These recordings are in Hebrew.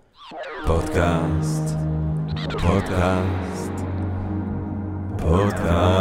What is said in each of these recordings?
פודקאסט, פודקאסט, פודקאסט.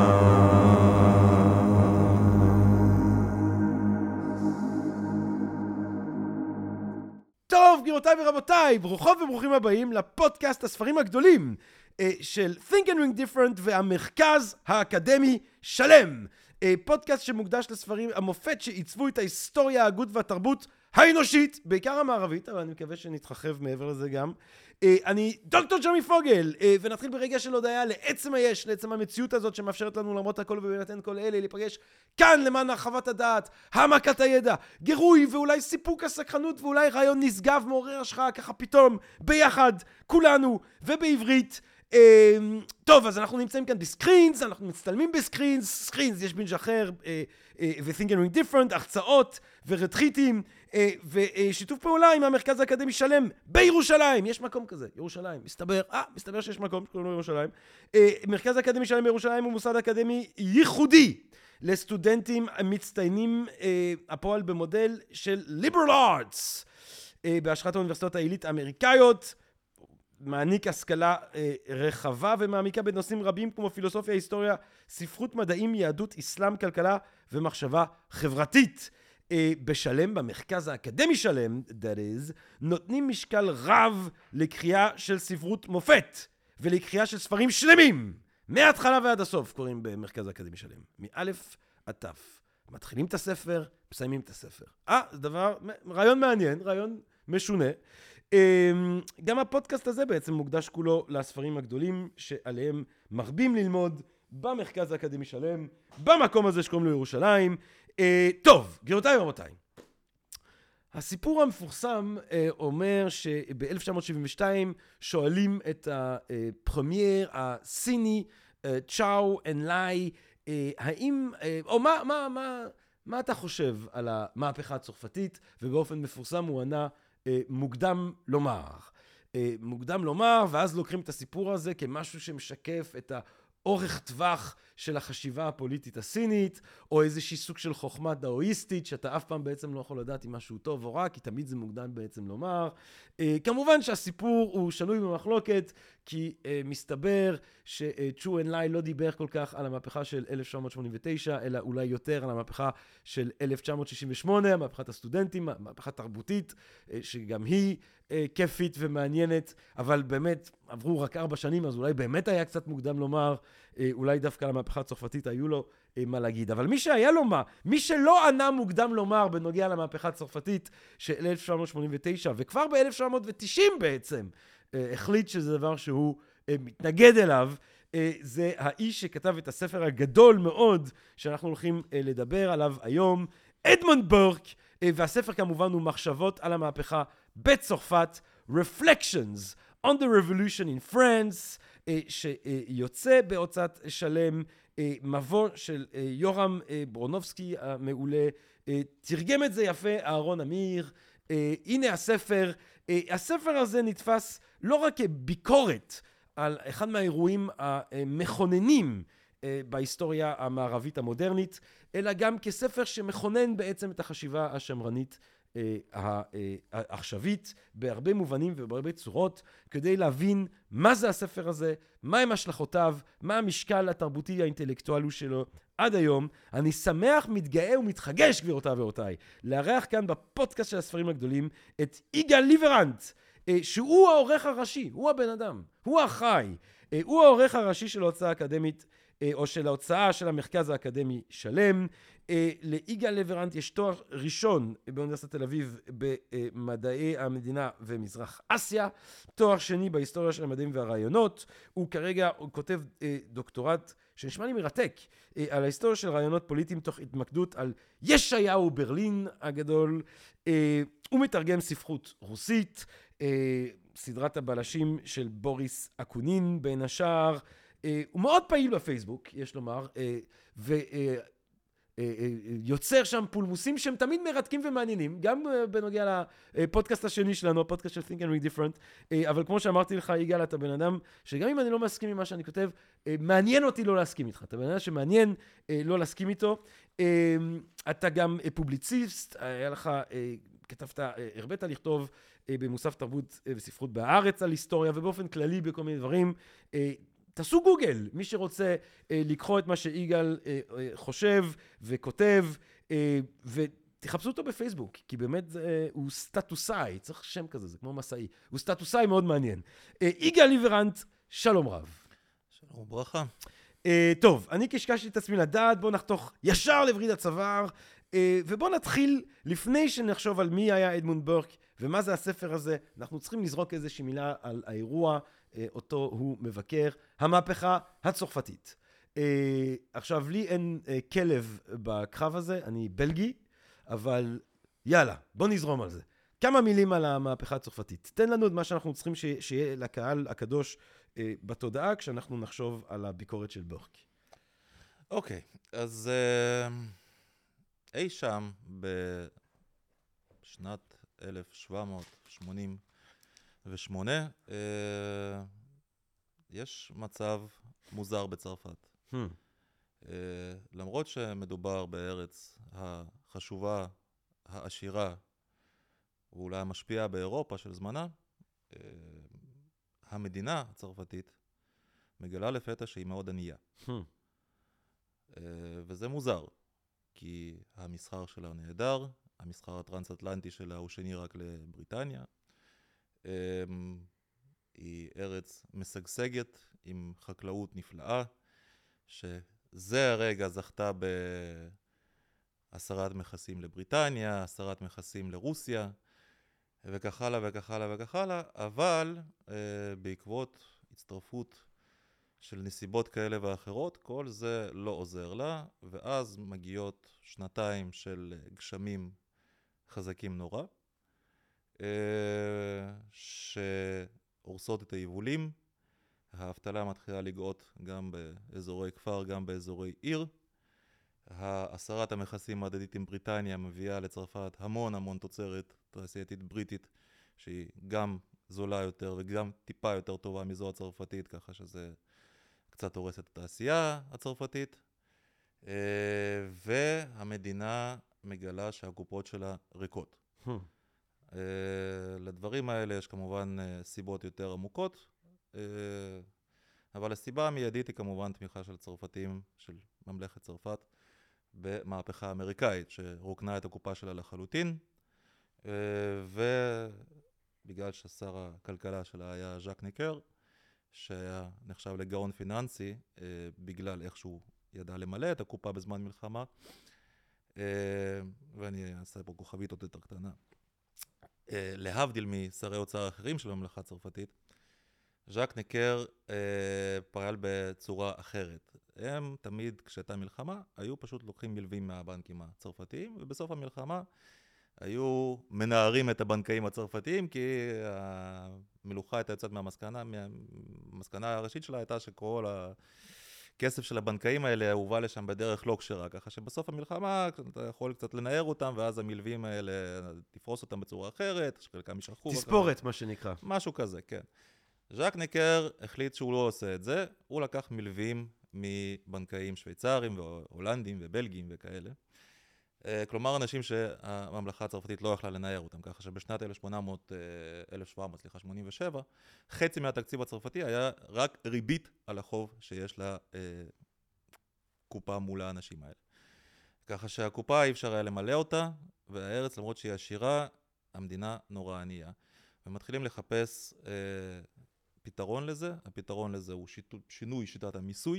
טוב, גבירותיי ורבותיי, ברוכות וברוכים הבאים לפודקאסט הספרים הגדולים של Think and Ring Different והמרכז האקדמי שלם. פודקאסט שמוקדש לספרים המופת שעיצבו את ההיסטוריה, ההגות והתרבות האנושית, בעיקר המערבית, אבל אני מקווה שנתרחב מעבר לזה גם. אני דוקטור ג'רמי פוגל, ונתחיל ברגע של הודעה לעצם היש, לעצם המציאות הזאת שמאפשרת לנו למרות הכל ובהינתן כל אלה להיפגש כאן למען הרחבת הדעת, העמקת הידע, גירוי ואולי סיפוק הסקרנות ואולי רעיון נשגב מעורר השחאה ככה פתאום ביחד כולנו ובעברית. טוב, אז אנחנו נמצאים כאן בסקרינס, אנחנו מצטלמים בסקרינס, יש בינג' אחר ו-Think and Ring Different, הרצאות ורתחיתים ושיתוף פעולה עם המרכז האקדמי שלם בירושלים. יש מקום כזה, ירושלים, מסתבר שיש מקום שקוראים לו ירושלים. מרכז האקדמי שלם בירושלים הוא מוסד אקדמי ייחודי לסטודנטים מצטיינים, הפועל במודל של Liberal Arts בהשראת האוניברסיטאות העילית האמריקאיות, מעניק השכלה רחבה ומעמיקה בנושאים רבים כמו פילוסופיה, היסטוריה, ספרות מדעים, יהדות, אסלאם, כלכלה ומחשבה חברתית. בשלם, במרכז האקדמי שלם, that is, נותנים משקל רב לקריאה של ספרות מופת ולקריאה של ספרים שלמים. מההתחלה ועד הסוף קוראים במרכז האקדמי שלם. מאלף עד תף. מתחילים את הספר, מסיימים את הספר. זה דבר, רעיון מעניין, רעיון משונה. גם הפודקאסט הזה בעצם מוקדש כולו לספרים הגדולים שעליהם מרבים ללמוד במרכז האקדמי שלם, במקום הזה שקוראים לו ירושלים. טוב, גבירותיי ורבותיי, הסיפור המפורסם אומר שב-1972 שואלים את הפרמייר הסיני צ'או אנלאי, האם, או מה אתה חושב על המהפכה הצרפתית? ובאופן מפורסם הוא ענה, מוקדם לומר. מוקדם לומר, ואז לוקחים את הסיפור הזה כמשהו שמשקף את האורך טווח של החשיבה הפוליטית הסינית, או איזושהי סוג של חוכמה דאואיסטית, שאתה אף פעם בעצם לא יכול לדעת אם משהו טוב או רע, כי תמיד זה מוקדם בעצם לומר. כמובן שהסיפור הוא שנוי במחלוקת, כי מסתבר שצ'ו אנלאי לא דיבר כל כך על המהפכה של 1989, אלא אולי יותר על המהפכה של 1968, המהפכת הסטודנטים, המהפכה תרבותית, שגם היא כיפית ומעניינת, אבל באמת עברו רק 4 שנים, אז אולי באמת היה קצת מוקדם לומר, אולי דווקא על המהפכה הצרפתית היו לו מה להגיד. אבל מי שהיה לו מי שלא ענה מוקדם לומר בנוגע למהפכה הצרפתית של 1989, וכבר ב-1990 בעצם, החליט שזה דבר שהוא מתנגד אליו, זה האיש שכתב את הספר הגדול מאוד שאנחנו הולכים לדבר עליו היום, אדמונד בורק, והספר כמובן הוא מחשבות על המהפכה בצרפת, Reflections on the Revolution in France, שיוצא בהוצאת שלם, מבוא של יורם ברונובסקי המעולה, תרגם את זה יפה אהרון אמיר. הנה הספר. הספר הזה נתפס לא רק כביקורת על אחד מהאירועים המכוננים בהיסטוריה המערבית המודרנית, אלא גם כספר שמכונן בעצם את החשיבה השמרנית העכשווית בהרבה מובנים ובהרבה צורות, כדי להבין מה זה הספר הזה, מה הם השלכותיו, מה המשקל התרבותי האינטלקטואלי שלו עד היום. אני שמח, מתגאה ומתחגש, גבירותיי ורבותיי, לארח כאן בפודקאסט של הספרים הגדולים את יגאל ליברנט, שהוא העורך הראשי, הוא הבן אדם, הוא החי, הוא העורך הראשי של ההוצאה האקדמית, או של ההוצאה של המרכז האקדמי שלם. ליגאל ליברנט יש תואר ראשון באוניברסיטת תל אביב במדעי המדינה ומזרח אסיה, תואר שני בהיסטוריה של המדעים והרעיונות. הוא כרגע כותב דוקטורט שנשמע לי מרתק על ההיסטוריה של רעיונות פוליטיים תוך התמקדות על ישעיהו ברלין הגדול. הוא מתרגם ספרות רוסית, סדרת הבלשים של בוריס אקונין בין השאר. הוא מאוד פעיל בפייסבוק, יש לומר, ויוצר שם פולמוסים שהם תמיד מרתקים ומעניינים, גם בנוגע לפודקאסט השני שלנו, הפודקאסט של Think and Ring Different, אבל כמו שאמרתי לך, יגאל, אתה בן אדם שגם אם אני לא מסכים עם מה שאני כותב, מעניין אותי לא להסכים איתך. אתה בן אדם שמעניין לא להסכים איתו. אתה גם פובליציסט, היה לך כתבת, הרבאת לכתוב במוסף תרבות וספרות בהארץ על היסטוריה, ובאופן כללי בכל מיני דברים. תעשו גוגל, מי שרוצה לקרוא את מה שיגאל חושב וכותב, ותחפשו אותו בפייסבוק, כי באמת הוא סטטוסאי, צריך שם כזה, זה כמו מסעי, הוא סטטוסאי מאוד מעניין. יגאל ליברנט, שלום רב. שלום וברכה. טוב, אני קשקשתי את עצמי לדעת, בואו נחתוך ישר לווריד הצוואר, ובואו נתחיל, לפני שנחשוב על מי היה אדמונד ברק ומה זה הספר הזה, אנחנו צריכים לזרוק איזושהי מילה על האירוע, אותו הוא מבקר, המהפכה הצרפתית. עכשיו, לי אין כלב בקרב הזה, אני בלגי, אבל יאללה, בוא נזרום על זה. כמה מילים על המהפכה הצרפתית. תן לנו את מה שאנחנו צריכים שיהיה לקהל הקדוש בתודעה, כשאנחנו נחשוב על הביקורת של ברק. אוקיי, אז אי שם בשנת 1788, יש מצב מוזר בצרפת. למרות שמדובר בארץ החשובה, העשירה, ואולי המשפיעה באירופה של זמנה, המדינה הצרפתית מגלה לפתע שהיא מאוד ענייה. וזה מוזר, כי המסחר שלה נהדר, המסחר הטרנס-אטלנטי שלה הוא שני רק לבריטניה. היא ארץ משגשגת עם חקלאות נפלאה, שזה הרגע זכתה בהסרת מכסים לבריטניה, הסרת מכסים לרוסיה, וכך הלאה וכך הלאה וכך הלאה, אבל בעקבות הצטרפות של נסיבות כאלה ואחרות, כל זה לא עוזר לה, ואז מגיעות שנתיים של גשמים חזקים נורא, שהורסות את היבולים, האבטלה מתחילה לגאות גם באזורי כפר, גם באזורי עיר, הסרת המכסים ההדדית עם בריטניה מביאה לצרפת המון תוצרת תעשייתית בריטית, שהיא גם זולה יותר וגם טיפה יותר טובה מזו הצרפתית, ככה שזה קצת הורס את התעשייה הצרפתית, והמדינה מגלה שהקופות שלה ריקות. לדברים האלה יש כמובן סיבות יותר עמוקות, אבל הסיבה המיידית היא כמובן תמיכה של צרפתים, של ממלכת צרפת, במהפכה האמריקאית, שרוקנה את הקופה שלה לחלוטין, ובגלל ששר הכלכלה שלה היה ז'אק ניקר, שהיה נחשב לגאון פיננסי, בגלל איך שהוא ידע למלא את הקופה בזמן מלחמה, ואני אעשה פה כוכבית עוד יותר קטנה. להבדיל משרי אוצר אחרים של הממלכה הצרפתית, ז'אק ניקר פעל בצורה אחרת. הם תמיד, כשהייתה מלחמה, היו פשוט לוקחים מלווים מהבנקים הצרפתיים, ובסוף המלחמה היו מנערים את הבנקאים הצרפתיים, כי המלוכה הייתה יוצאת מהמסקנה הראשית שלה הייתה שכל הכסף של הבנקאים האלה הובא לשם בדרך לא כשרה, ככה שבסוף המלחמה אתה יכול קצת לנער אותם, ואז המלווים האלה תפרוס אותם בצורה אחרת, שחלקם ישכחו. תספורת, מה שנקרא. משהו כזה, כן. ז'אק ניקר החליט שהוא לא עושה את זה, הוא לקח מלווים מבנקאים שוויצרים והולנדים ובלגים וכאלה. כלומר, אנשים שהממלכה הצרפתית לא יכלה לנער אותם, ככה שבשנת 1787, חצי מהתקציב הצרפתי היה רק ריבית על החוב שיש לה קופה מול האנשים האלה. ככה שהקופה אי אפשר היה למלא אותה, והארץ, למרות שהיא עשירה, המדינה נורא ענייה. ומתחילים לחפש פתרון לזה. הפתרון לזה הוא שינוי שיטת המיסוי,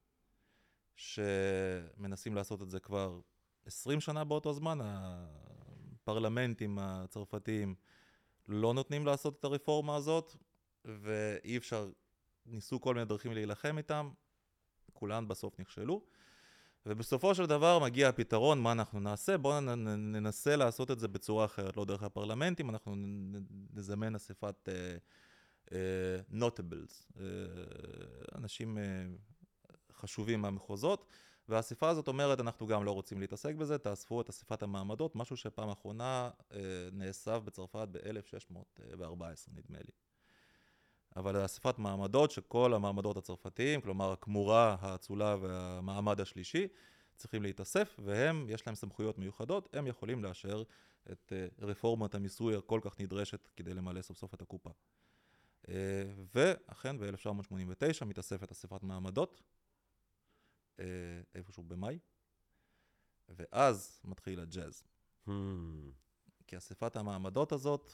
שמנסים לעשות את זה כבר 20 שנה באותו זמן. הפרלמנטים הצרפתיים לא נותנים לעשות את הרפורמה הזאת, ואי אפשר, ניסו כל מיני דרכים להילחם איתם, כולן בסוף נכשלו. ובסופו של דבר מגיע הפתרון, מה אנחנו נעשה? בואו ננסה לעשות את זה בצורה אחרת, לא דרך הפרלמנטים, אנחנו נזמן אספת notables, אנשים חשובים מהמחוזות, והאספה הזאת אומרת, אנחנו גם לא רוצים להתעסק בזה, תאספו את אספת המעמדות, משהו שפעם האחרונה נאסף בצרפת ב-1614, נדמה לי. אבל אספת מעמדות שכל המעמדות הצרפתיים, כלומר הכמורה, האצולה והמעמד השלישי, צריכים להתאסף, והם, יש להם סמכויות מיוחדות, הם יכולים לאשר את רפורמת המיסוי הכל כך נדרשת כדי למלא סוף סוף את הקופה. ואכן ב-1989 מתאספת אספת מעמדות, איפשהו במאי, ואז מתחיל הג'אז. כי אספת המעמדות הזאת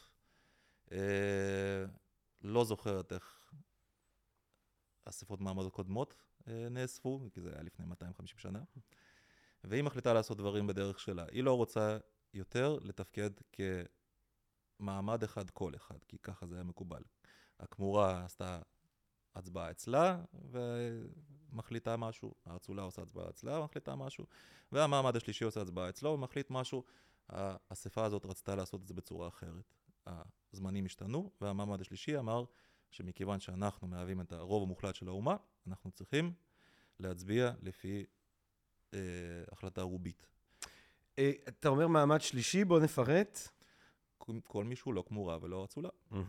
לא זוכרת איך אספות מעמדות קודמות נאספו, כי זה היה לפני 250 שנה, והיא מחליטה לעשות דברים בדרך שלה. היא לא רוצה יותר לתפקד כמעמד אחד כל אחד, כי ככה זה היה מקובל. הכמורה עשתה הצבעה אצלה ומחליטה משהו, האצולה עושה הצבעה אצלה ומחליטה משהו, והמעמד השלישי עושה הצבעה אצלו ומחליט משהו. האספה הזאת רצתה לעשות את זה בצורה אחרת. הזמנים השתנו, והמעמד השלישי אמר שמכיוון שאנחנו מהווים את הרוב המוחלט של האומה, אנחנו צריכים להצביע לפי החלטה רובית. אתה אומר מעמד שלישי, בוא נפרט. כל מישהו לא כמורה ולא אצולה.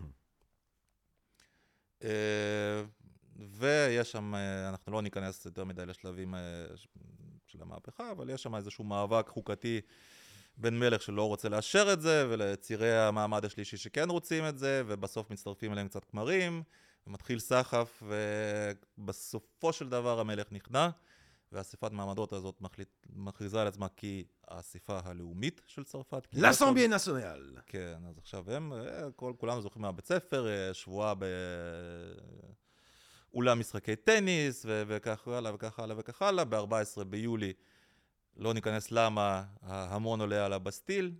ויש שם, אנחנו לא ניכנס יותר מדי לשלבים של המהפכה, אבל יש שם איזשהו מאבק חוקתי בין מלך שלא רוצה לאשר את זה, ולצירי המעמד השלישי שכן רוצים את זה, ובסוף מצטרפים אליהם קצת כמרים, ומתחיל סחף, ובסופו של דבר המלך נכנע, והאספת מעמדות הזאת מכריזה על עצמה כאספה הלאומית של צרפת. לאסמבליה נציונל. כן, אז עכשיו הם, כולנו זוכרים מהבית ספר, שבועה באולם משחקי טניס, וכך הלאה וכך הלאה וכך הלאה. ב-14 ביולי, לא ניכנס למה, ההמון עולה על הבסטיל,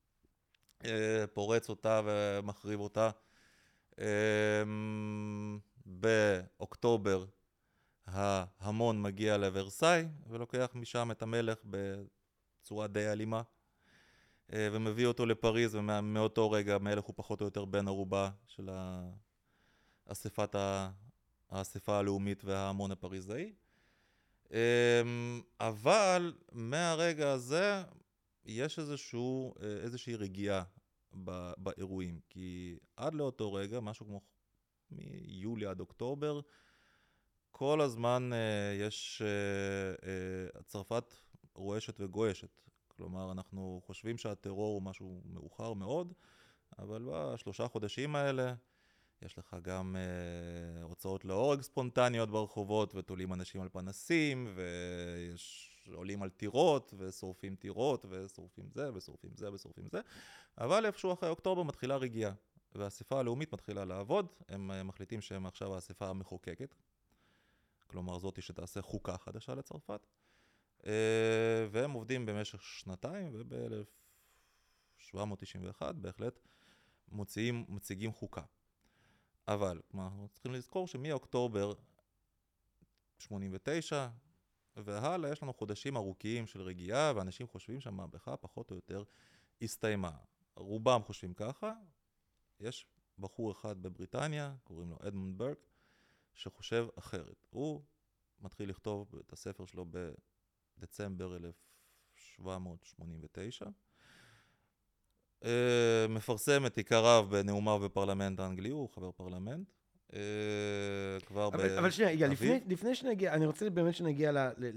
פורץ אותה ומחריב אותה. באוקטובר, ההמון מגיע לוורסאי, ולוקח משם את המלך בצורה די אלימה, ומביא אותו לפריז, ומאותו רגע המלך הוא פחות או יותר בן ערובה של האספה הלאומית וההמון הפריזאי. אבל מהרגע הזה יש איזושהי רגיעה באירועים, כי עד לאותו רגע, משהו כמו מיולי עד אוקטובר, כל הזמן יש צרפת רועשת וגועשת. כלומר, אנחנו חושבים שהטרור הוא משהו מאוחר מאוד, אבל בשלושה חודשים האלה יש לך גם הוצאות להורג ספונטניות ברחובות, ותולים אנשים על פנסים, ויש עולים על טירות, ושורפים טירות, ושורפים זה, ושורפים זה, ושורפים זה. אבל איפשהו אחרי אוקטובר מתחילה רגיעה, והאספה הלאומית מתחילה לעבוד. הם מחליטים שהם עכשיו האספה המחוקקת, כלומר זאתי שתעשה חוקה חדשה לצרפת, והם עובדים במשך שנתיים, וב-1791 בהחלט מציגים חוקה. אבל אנחנו צריכים לזכור שמאוקטובר 89 והלאה יש לנו חודשים ארוכים של רגיעה, ואנשים חושבים שהמהפכה פחות או יותר הסתיימה. רובם חושבים ככה. יש בחור אחד בבריטניה, קוראים לו אדמונד ברק, שחושב אחרת. הוא מתחיל לכתוב את הספר שלו בדצמבר 1789, מפרסם את עיקריו בנאומיו בפרלמנט האנגלי, הוא חבר פרלמנט, כבר אבל שנייה, יגאל, לפני שנגיע, אני רוצה באמת שנגיע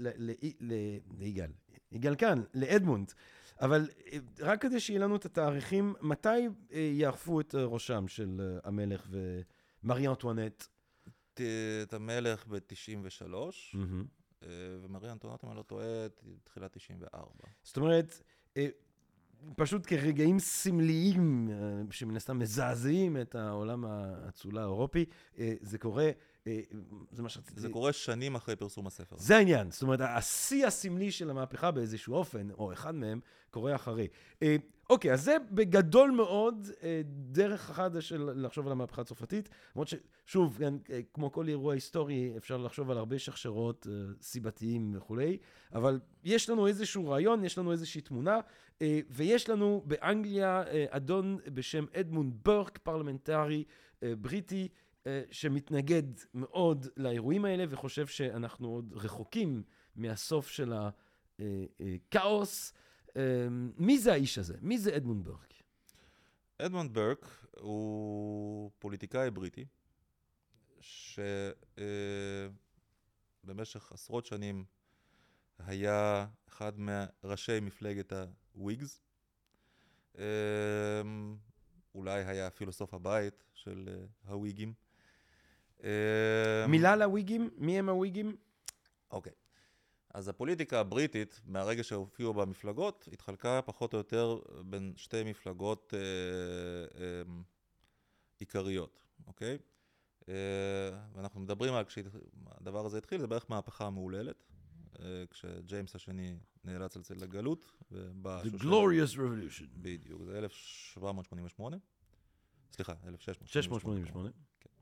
ליגאל כאן, לאדמונד, אבל רק כדי שיהיה לנו את התאריכים, מתי יערפו את ראשם של המלך ומרי אנטואנט? את המלך ב-93, ומרי אנטואנט, אם אני לא טועה, תחילת 94. זאת אומרת, פשוט כרגעים סמליים שמן הסתם מזעזעים את העולם האצולה האירופי, זה קורה, זה מה שרציתי. זה קורה שנים אחרי פרסום הספר. זה העניין, זאת אומרת, השיא הסמלי של המהפכה באיזשהו אופן, או אחד מהם, קורה אחרי. אוקיי, אז זה בגדול מאוד דרך אחת של לחשוב על המהפכה הצרפתית, למרות ששוב, כמו כל אירוע היסטורי, אפשר לחשוב על הרבה שכשרות סיבתיים וכולי, אבל יש לנו איזשהו רעיון, יש לנו איזושהי תמונה, ויש לנו באנגליה אדון בשם אדמונד ברק, פרלמנטרי בריטי, שמתנגד מאוד לאירועים האלה, וחושב שאנחנו עוד רחוקים מהסוף של הכאוס. מי זה האיש הזה? מי זה אדמונד ברק? אדמונד ברק הוא פוליטיקאי בריטי, שבמשך עשרות שנים היה אחד מראשי מפלגת הוויגס. אולי היה פילוסוף הבית של הוויגים. מילה לוויגים? מי הם הוויגים? אוקיי. אז הפוליטיקה הבריטית, מהרגע שהופיעו במפלגות, התחלקה פחות או יותר בין שתי מפלגות עיקריות, אוקיי? ואנחנו מדברים על כשהדבר הזה התחיל, זה בערך מהפכה המהוללת, כשג'יימס השני נאלץ לצאת לגלות. The Glorious Revolution. בדיוק, זה 1788. סליחה, 688.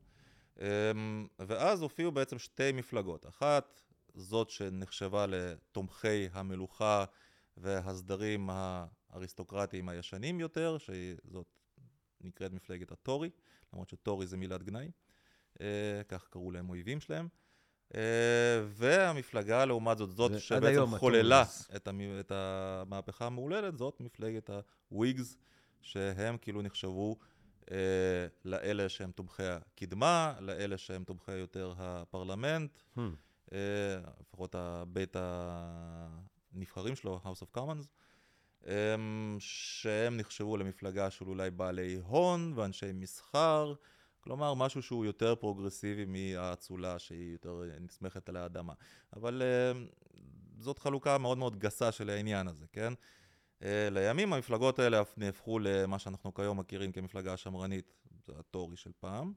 ואז הופיעו בעצם שתי מפלגות. אחת, זאת שנחשבה לתומכי המלוכה והסדרים האריסטוקרטיים הישנים יותר, שזאת נקראת מפלגת הטורי, למרות שטורי זה מילת גנאי, כך קראו להם אויבים שלהם. והמפלגה לעומת זאת שבעצם חוללה את המהפכה המהוללת, זאת מפלגת הוויגס, שהם כאילו נחשבו לאלה שהם תומכי הקדמה, לאלה שהם תומכי יותר הפרלמנט, לפחות בית הנבחרים שלו, House of Commons, שהם נחשבו למפלגה של אולי בעלי הון ואנשי מסחר, כלומר משהו שהוא יותר פרוגרסיבי מהאצולה שהיא יותר נסמכת על האדמה. אבל זאת חלוקה מאוד מאוד גסה של העניין הזה, כן? לימים המפלגות האלה נהפכו למה שאנחנו כיום מכירים כמפלגה השמרנית, זה הטורי של פעם,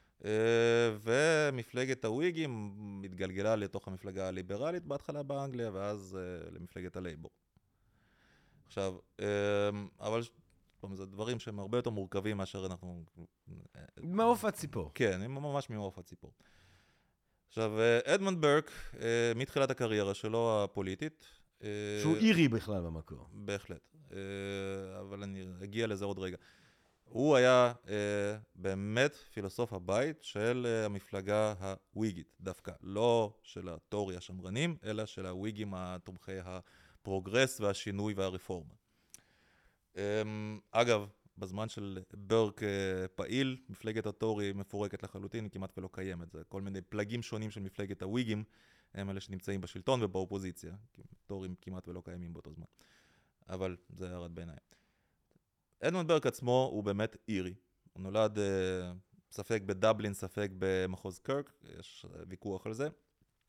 ומפלגת הוויגים התגלגלה לתוך המפלגה הליברלית בהתחלה באנגליה, ואז למפלגת הלייבור. עכשיו, אבל זה דברים שהם הרבה יותר מורכבים מאשר אנחנו... מעוף הציפור. כן, הם ממש מעוף הציפור. עכשיו, אדמונד ברק, מתחילת הקריירה שלו הפוליטית, שהוא אירי בכלל במקור. בהחלט, אבל אני אגיע לזה עוד רגע. הוא היה באמת פילוסוף הבית של המפלגה הוויגית, דווקא לא של הטורי השמרנים, אלא של הוויגים התומכי הפרוגרס והשינוי והרפורמה. אגב, בזמן של ברק פעיל, מפלגת הטורי מפורקת לחלוטין, היא כמעט ולא קיימת. זה כל מיני פלגים שונים של מפלגת הוויגים, הם אלה שנמצאים בשלטון ובאופוזיציה. טורים כמעט ולא קיימים באותו זמן. אבל זה הערת בעיניים. אדמונד ברק עצמו הוא באמת אירי. הוא נולד ספק בדבלין, ספק במחוז קרק, יש ויכוח על זה.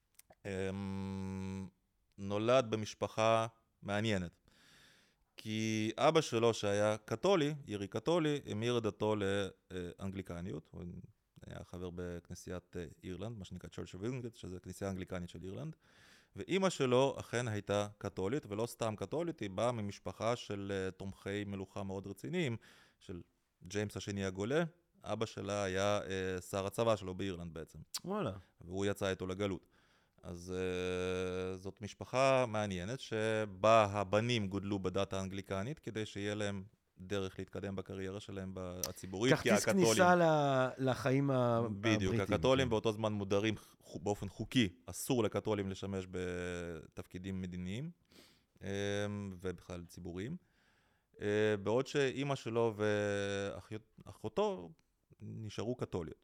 נולד במשפחה מעניינת. כי אבא שלו שהיה קתולי, אירי קתולי, המיר את דתו לאנגליקניות. הוא היה חבר בכנסיית אירלנד, מה שנקרא Church of England, שזה כנסייה אנגליקנית של אירלנד. ואימא שלו אכן הייתה קתולית, ולא סתם קתולית, היא באה ממשפחה של תומכי מלוכה מאוד רציניים, של ג'יימס השני הגולה. אבא שלה היה שר הצבא שלו באירלנד בעצם. וואלה. והוא יצא איתו לגלות. אז זאת משפחה מעניינת, שבה הבנים גודלו בדת האנגליקנית, כדי שיהיה להם דרך להתקדם בקריירה שלהם הציבורית. כרטיס כניסה לחיים הבריטים. בדיוק, הקתולים באותו זמן מודרים באופן חוקי, אסור לקתולים לשמש בתפקידים מדיניים, ובכלל ציבוריים. בעוד שאימא שלו ואחותו נשארו קתוליות.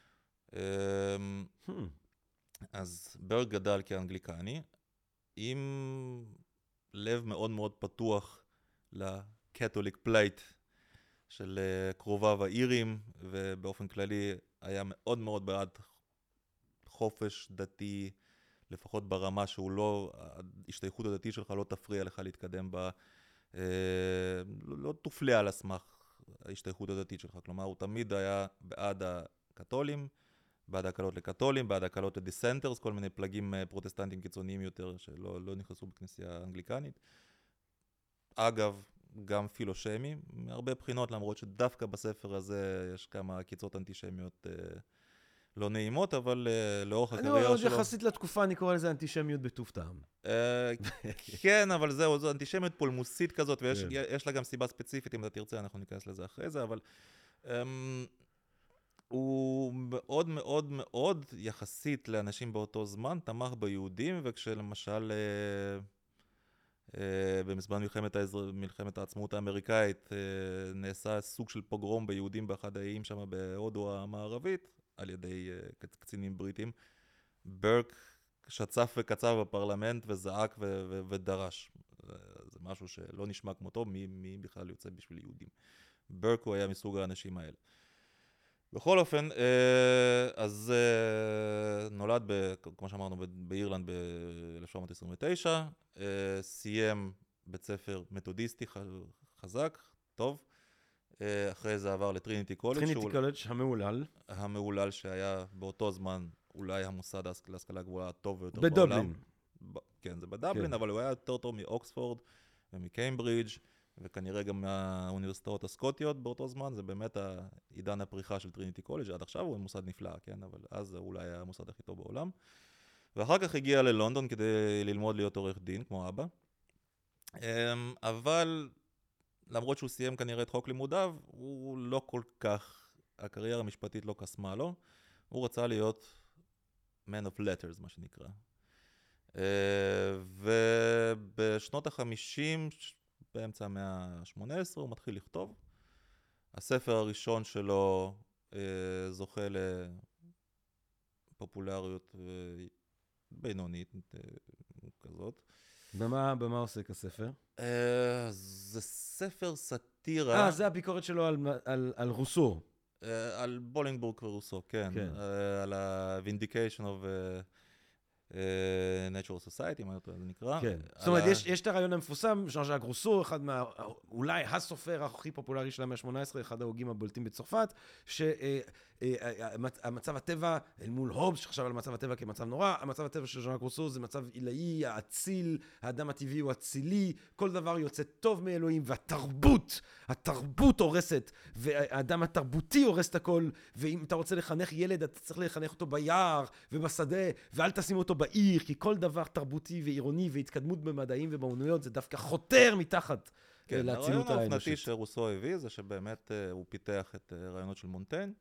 אז ברק גדל כאנגליקני, עם לב מאוד מאוד פתוח לקתוליק פלייט של קרוביו האירים, ובאופן כללי היה מאוד מאוד בעד חופש דתי, לפחות ברמה שהוא לא, ההשתייכות הדתית שלך לא תפריע לך להתקדם בה, לא תופלה על הסמך ההשתייכות הדתית שלך, כלומר הוא תמיד היה בעד הקתולים, בעד הקלות לקתולים, בעד הקלות לדיסנטרס, כל מיני פלגים פרוטסטנטיים קיצוניים יותר שלא נכנסו בכנסייה האנגליקנית. אגב, גם פילושמי, מהרבה בחינות, למרות שדווקא בספר הזה יש כמה קיצות אנטישמיות לא נעימות, אבל לאורך הקריירה שלו... אני יחסית לתקופה, אני קורא לזה אנטישמיות בטוב טעם. כן, אבל זו אנטישמיות פולמוסית כזאת, ויש לה גם סיבה ספציפית, אם אתה תרצה, אנחנו ניכנס לזה אחרי זה, אבל... הוא מאוד מאוד מאוד יחסית לאנשים באותו זמן, תמך ביהודים, וכשלמשל בזמן מלחמת העצמאות האמריקאית נעשה סוג של פוגרום ביהודים באחד האיים שם בהודו המערבית, על ידי קצינים בריטים, ברק שצף וקצב בפרלמנט וזעק ודרש. זה משהו שלא נשמע כמותו, מי בכלל יוצא בשביל יהודים. ברק הוא היה מסוג האנשים האלה. בכל אופן, אז נולד, כמו שאמרנו, באירלנד ב-1729, סיים בית ספר מתודיסטי חזק, טוב, אחרי זה עבר לטריניטי קולג'. טריניטי קולג' המהולל. המהולל שהיה באותו זמן אולי המוסד להשכלה גבוהה הטוב ביותר בדובלין. כן, זה בדובלין, כן. אבל הוא היה יותר טוב מאוקספורד ומקיימברידג' וכנראה גם מהאוניברסיטאות הסקוטיות באותו זמן, זה באמת עידן הפריחה של טריניטי קולג'. עד עכשיו הוא מוסד נפלא, כן? אבל אז זה אולי היה המוסד הכי טוב בעולם. ואחר כך הגיע ללונדון כדי ללמוד להיות עורך דין, כמו אבא. אבל למרות שהוא סיים כנראה את חוק לימודיו, הוא לא כל כך, הקריירה המשפטית לא קסמה לו. הוא רצה להיות man of letters, מה שנקרא. ובשנות ה-50, באמצע המאה ה-18, הוא מתחיל לכתוב. הספר הראשון שלו זוכה לפופולריות בינונית כזאת. במה עוסק הספר? זה ספר סאטירה. זה הביקורת שלו על רוסו. על בולינגבורג ורוסו, כן. על ה-Vindication of Natural Society, מה זה נקרא. כן. זאת אומרת, יש את הרעיון המפורסם, ז'אן ז'אק רוסו, אחד אולי הסופר הכי פופולרי של המאה ה-18, אחד ההוגים הבולטים בצרפת, שהמצב הטבע, אל מול הובס, שחשב על מצב הטבע כמצב נורא, המצב הטבע של ז'אן ז'אק רוסו זה מצב עילאי, האציל, האדם הטבעי הוא אצילי, כל דבר יוצא טוב מאלוהים, התרבות הורסת, והאדם התרבותי הורס את הכל, ואם אתה רוצה לחנך ילד, אתה צריך לחנך אותו ביער ובשדה, ואל תשים אותו בעיר, כי כל דבר תרבותי ועירוני והתקדמות במדעים ובאמנויות, זה דווקא חותר מתחת לאצילות האנושית. הרעיון האופנתי שרוסו הביא זה שבאמת הוא פיתח את רעיונות של מונטיין,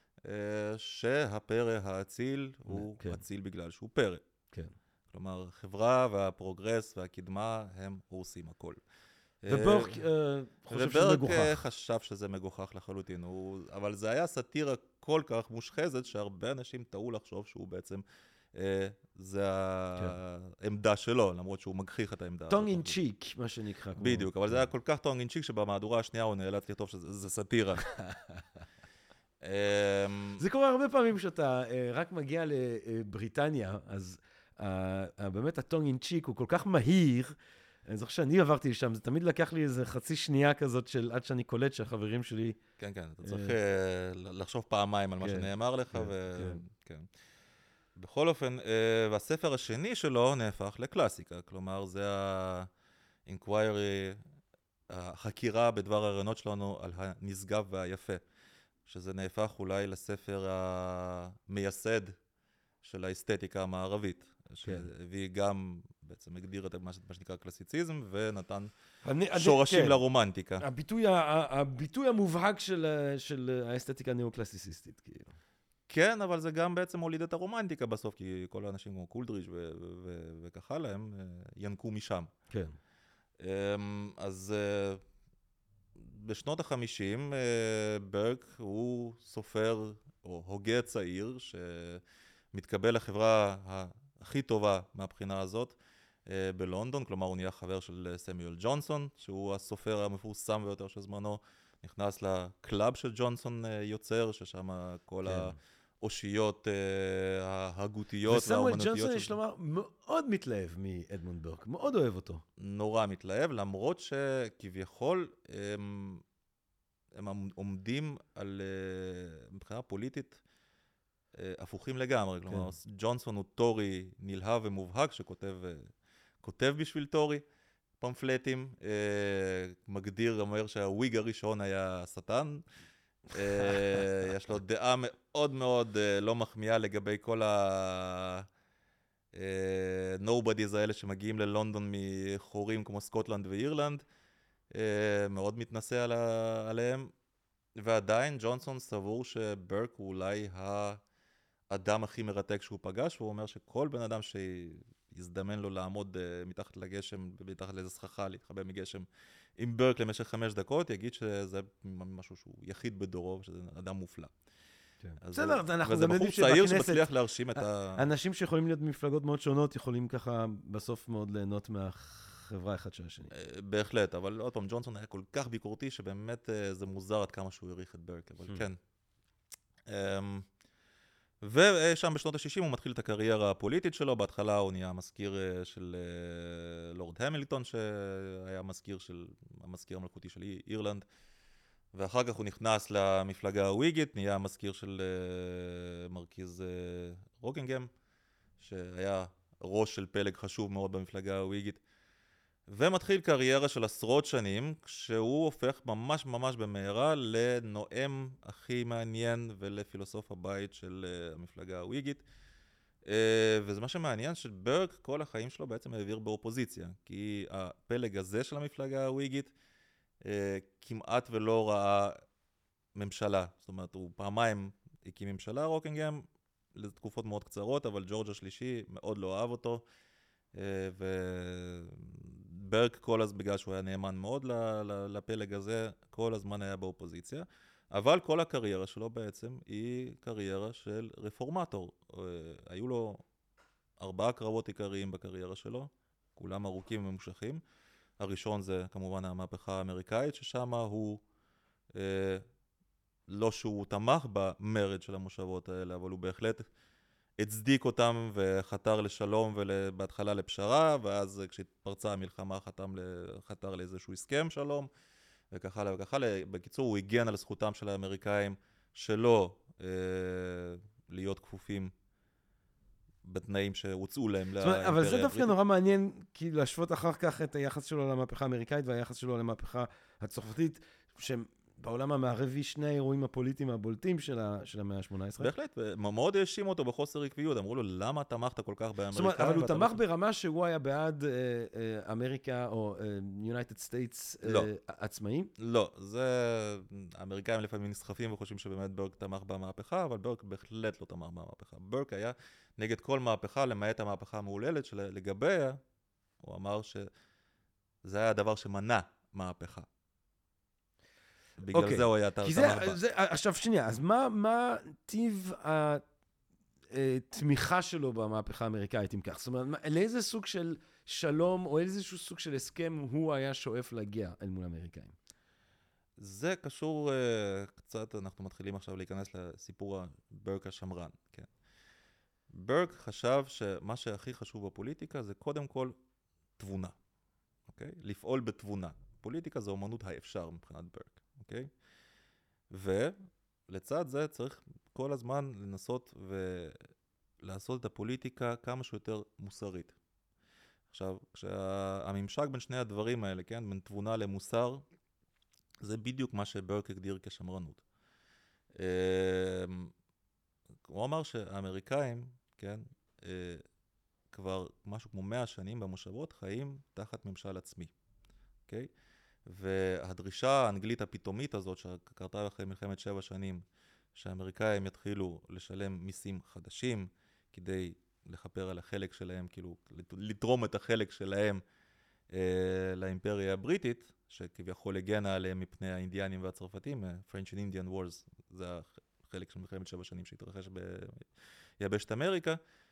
שהפרא האציל הוא אציל בגלל שהוא פרא. כן. כלומר, החברה והפרוגרס והקדמה הם הורסים הכל. וברק חושב שזה מגוחך. וברק חשב שזה מגוחך לחלוטין, אבל זה היה סאטירה כל כך מושחזת שהרבה אנשים טעו לחשוב שהוא בעצם זה העמדה שלו, למרות שהוא מגחיך את העמדה. טונג אין צ'יק, מה שנקרא. בדיוק, אבל זה היה כל כך טונג אין צ'יק שבמהדורה השנייה הוא נאלץ לכתוב שזה סאטירה. זה קורה הרבה פעמים שאתה רק מגיע לבריטניה, אז באמת הטונג אין צ'יק הוא כל כך מהיר, אני זוכר שאני עברתי לשם, זה תמיד לקח לי איזה חצי שנייה כזאת של עד שאני קולט שהחברים שלי... כן, כן, אתה צריך לחשוב פעמיים על מה שנאמר לך, כן. בכל אופן, והספר השני שלו נהפך לקלאסיקה, כלומר זה ה-inquiry, החקירה בדבר הרעיונות שלנו על הנשגב והיפה, שזה נהפך אולי לספר המייסד של האסתטיקה המערבית, שהביא גם, בעצם הגדיר את מה שנקרא קלאסיציזם, ונתן שורשים לרומנטיקה. הביטוי המובהק של האסתטיקה הנאו-קלאסיסיסטית, כאילו. כן, אבל זה גם בעצם הוליד את הרומנטיקה בסוף, כי כל האנשים כמו קולדריץ' וכך הלאה, הם ינקו משם. כן. אז בשנות ה-50, ברק הוא סופר או הוגה צעיר, שמתקבל לחברה הכי טובה מהבחינה הזאת בלונדון, כלומר הוא נהיה חבר של סמיואל ג'ונסון, שהוא הסופר המפורסם ביותר של זמנו, נכנס לקלאב של ג'ונסון יוצר, ששם כל האושיות ההגותיות והאומנותיות. וסמואל ג'ונסון, יש לומר, מאוד מתלהב מאדמונד ברק, מאוד אוהב אותו. נורא מתלהב, למרות שכביכול הם עומדים על, מבחינה פוליטית, הפוכים לגמרי. כלומר, ג'ונסון הוא טורי נלהב ומובהק, שכותב בשביל טורי. פמפלטים, מגדיר, אומר שהוויג הראשון היה השטן, יש לו דעה מאוד מאוד לא מחמיאה לגבי כל ה-nobodies האלה שמגיעים ללונדון מחורים כמו סקוטלנד ואירלנד, מאוד מתנשא עליהם, ועדיין ג'ונסון סבור שברק הוא אולי האדם הכי מרתק שהוא פגש, והוא אומר שכל בן אדם יזדמן לו לעמוד מתחת לגשם, מתחת לאיזה סככה, להתחבא מגשם עם ברק למשך 5 דקות, יגיד שזה משהו שהוא יחיד בדורו, שזה אדם מופלא. בסדר, אנחנו וזה גם יודעים בחור צעיר שבכנסת, שמצליח להרשים את ה... אנשים שיכולים להיות במפלגות מאוד שונות, יכולים ככה בסוף מאוד ליהנות מהחברה אחד של השני. בהחלט, אבל עוד פעם, ג'ונסון היה כל כך ביקורתי, שבאמת זה מוזר עד כמה שהוא העריך את ברק, אבל כן. ושם בשנות ה-60 הוא מתחיל את הקריירה הפוליטית שלו, בהתחלה הוא נהיה מזכיר של לורד המילטון, שהיה המזכיר המלכותי של אירלנד, ואחר כך הוא נכנס למפלגה הוויגית, נהיה מזכיר של מרכיז רוקינגהם, שהיה ראש של פלג חשוב מאוד במפלגה הוויגית, ומתחיל קריירה של עשרות שנים, כשהוא הופך ממש ממש במהרה לנואם הכי מעניין ולפילוסוף הבית של המפלגה הוויגית. וזה מה שמעניין, שברק כל החיים שלו בעצם העביר באופוזיציה, כי הפלג הזה של המפלגה הוויגית כמעט ולא ראה ממשלה. זאת אומרת, הוא פעמיים הקים ממשלה, רוקינגהם, לתקופות מאוד קצרות, אבל ג'ורג' השלישי מאוד לא אהב אותו, וברק כל הזמן, בגלל שהוא היה נאמן מאוד לפלג הזה, כל הזמן היה באופוזיציה, אבל כל הקריירה שלו בעצם היא קריירה של רפורמטור. היו לו 4 קרבות עיקריים בקריירה שלו, כולם ארוכים וממושכים. הראשון זה כמובן המהפכה האמריקאית, ששם הוא, לא שהוא תמך במרד של המושבות האלה, אבל הוא בהחלט הצדיק אותם וחתר לשלום ובהתחלה לפשרה, ואז כשהתפרצה המלחמה חתר לאיזשהו הסכם שלום, וכך הלאה וכך הלאה. בקיצור, הוא הגן על זכותם של האמריקאים שלא להיות כפופים בתנאים שהוצאו להם לאימפריה. אבל זה דווקא נורא מעניין, כי להשוות אחר כך את היחס שלו למהפכה האמריקאית והיחס שלו למהפכה הצרפתית, בעולם המערבי שני האירועים הפוליטיים הבולטים של המאה ה-18. בהחלט, מאוד האשימו אותו בחוסר עקביות, אמרו לו, למה תמכת כל כך באמריקאים? זאת אומרת, אבל הוא תמך ברמה שהוא היה בעד אמריקה או United States עצמאים? לא, האמריקאים לפעמים נסחפים וחושבים שבאמת ברק תמך במהפכה, אבל ברק בהחלט לא תמך במהפכה. ברק היה נגד כל מהפכה, למעט המהפכה המהוללת שלגביה, הוא אמר שזה היה הדבר שמנע מהפכה. בגלל זה הוא היה תמך בה. עכשיו שנייה, אז מה טיב התמיכה שלו במהפכה האמריקאית, אם כך? זאת אומרת, לאיזה סוג של שלום או איזשהו סוג של הסכם הוא היה שואף להגיע אל מול האמריקאים? זה קשור קצת, אנחנו מתחילים עכשיו להיכנס לסיפור ברק השמרן, כן. ברק חשב שמה שהכי חשוב בפוליטיקה זה קודם כל תבונה, אוקיי? לפעול בתבונה. פוליטיקה זה אומנות האפשר מבחינת ברק, אוקיי? ולצד זה צריך כל הזמן לנסות ולעשות את הפוליטיקה כמה שיותר מוסרית. עכשיו, כשהממשק בין שני הדברים האלה, כן, בין תבונה למוסר, זה בדיוק מה שברק הגדיר כשמרנות. הוא אמר שהאמריקאים, כן, כבר משהו כמו 100 שנים במושבות חיים תחת ממשל עצמי, אוקיי? והדרישה האנגלית הפתאומית הזאת שקרתה אחרי מלחמת 7 שנים, שהאמריקאים יתחילו לשלם מיסים חדשים כדי לכפר על החלק שלהם, כאילו לתרום את החלק שלהם לאימפריה הבריטית, שכביכול הגנה עליהם מפני האינדיאנים והצרפתים, French and Indian Wars, זה החלק של מלחמת 7 שנים שהתרחש ביבשת אמריקה.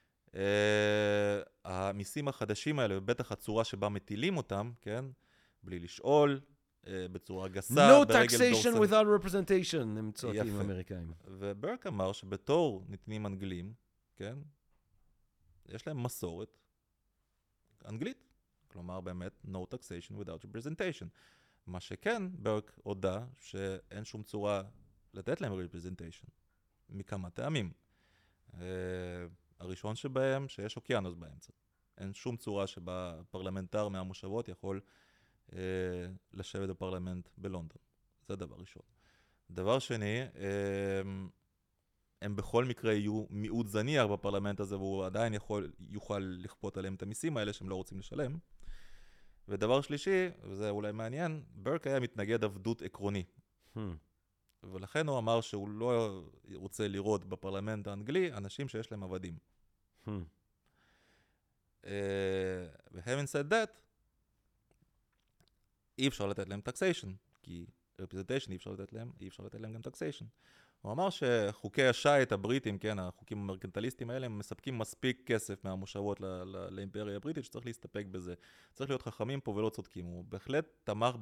המיסים החדשים האלה, ובטח הצורה שבה מטילים אותם, כן, בלי לשאול, בצורה גסה, No taxation without representation, הם צועקים האמריקאים. וברק אמר שבתור נתינים אנגלים, כן, יש להם מסורת אנגלית. כלומר, באמת, no taxation without representation. מה שכן, ברק הודע שאין שום צורה לתת להם representation, מכמה טעמים. הראשון שבהם, שיש אוקיינוס באמצע. אין שום צורה שבה פרלמנטר מהמושבות יכול לשבת בפרלמנט בלונדון. זה דבר ראשון. דבר שני, הם בכל מקרה יהיו מיעוט זניח בפרלמנט הזה, והוא עדיין יוכל לכפות עליהם את המיסים האלה שהם לא רוצים לשלם. ודבר שלישי, וזה אולי מעניין, ברק היה מתנגד עבדות עקרוני. ולכן הוא אמר שהוא לא רוצה לראות בפרלמנט האנגלי אנשים שיש להם עבדים. Having said that, אי אפשר לתת להם taxation, כי representation אי אפשר לתת להם גם taxation. הוא אמר שחוקי השייט הבריטים, כן, החוקים המרקנטליסטיים האלה, הם מספקים מספיק כסף מהמושבות לאימפריה הבריטית, שצריך להסתפק בזה. צריך להיות חכמים פה ולא צודקים. הוא בהחלט תמך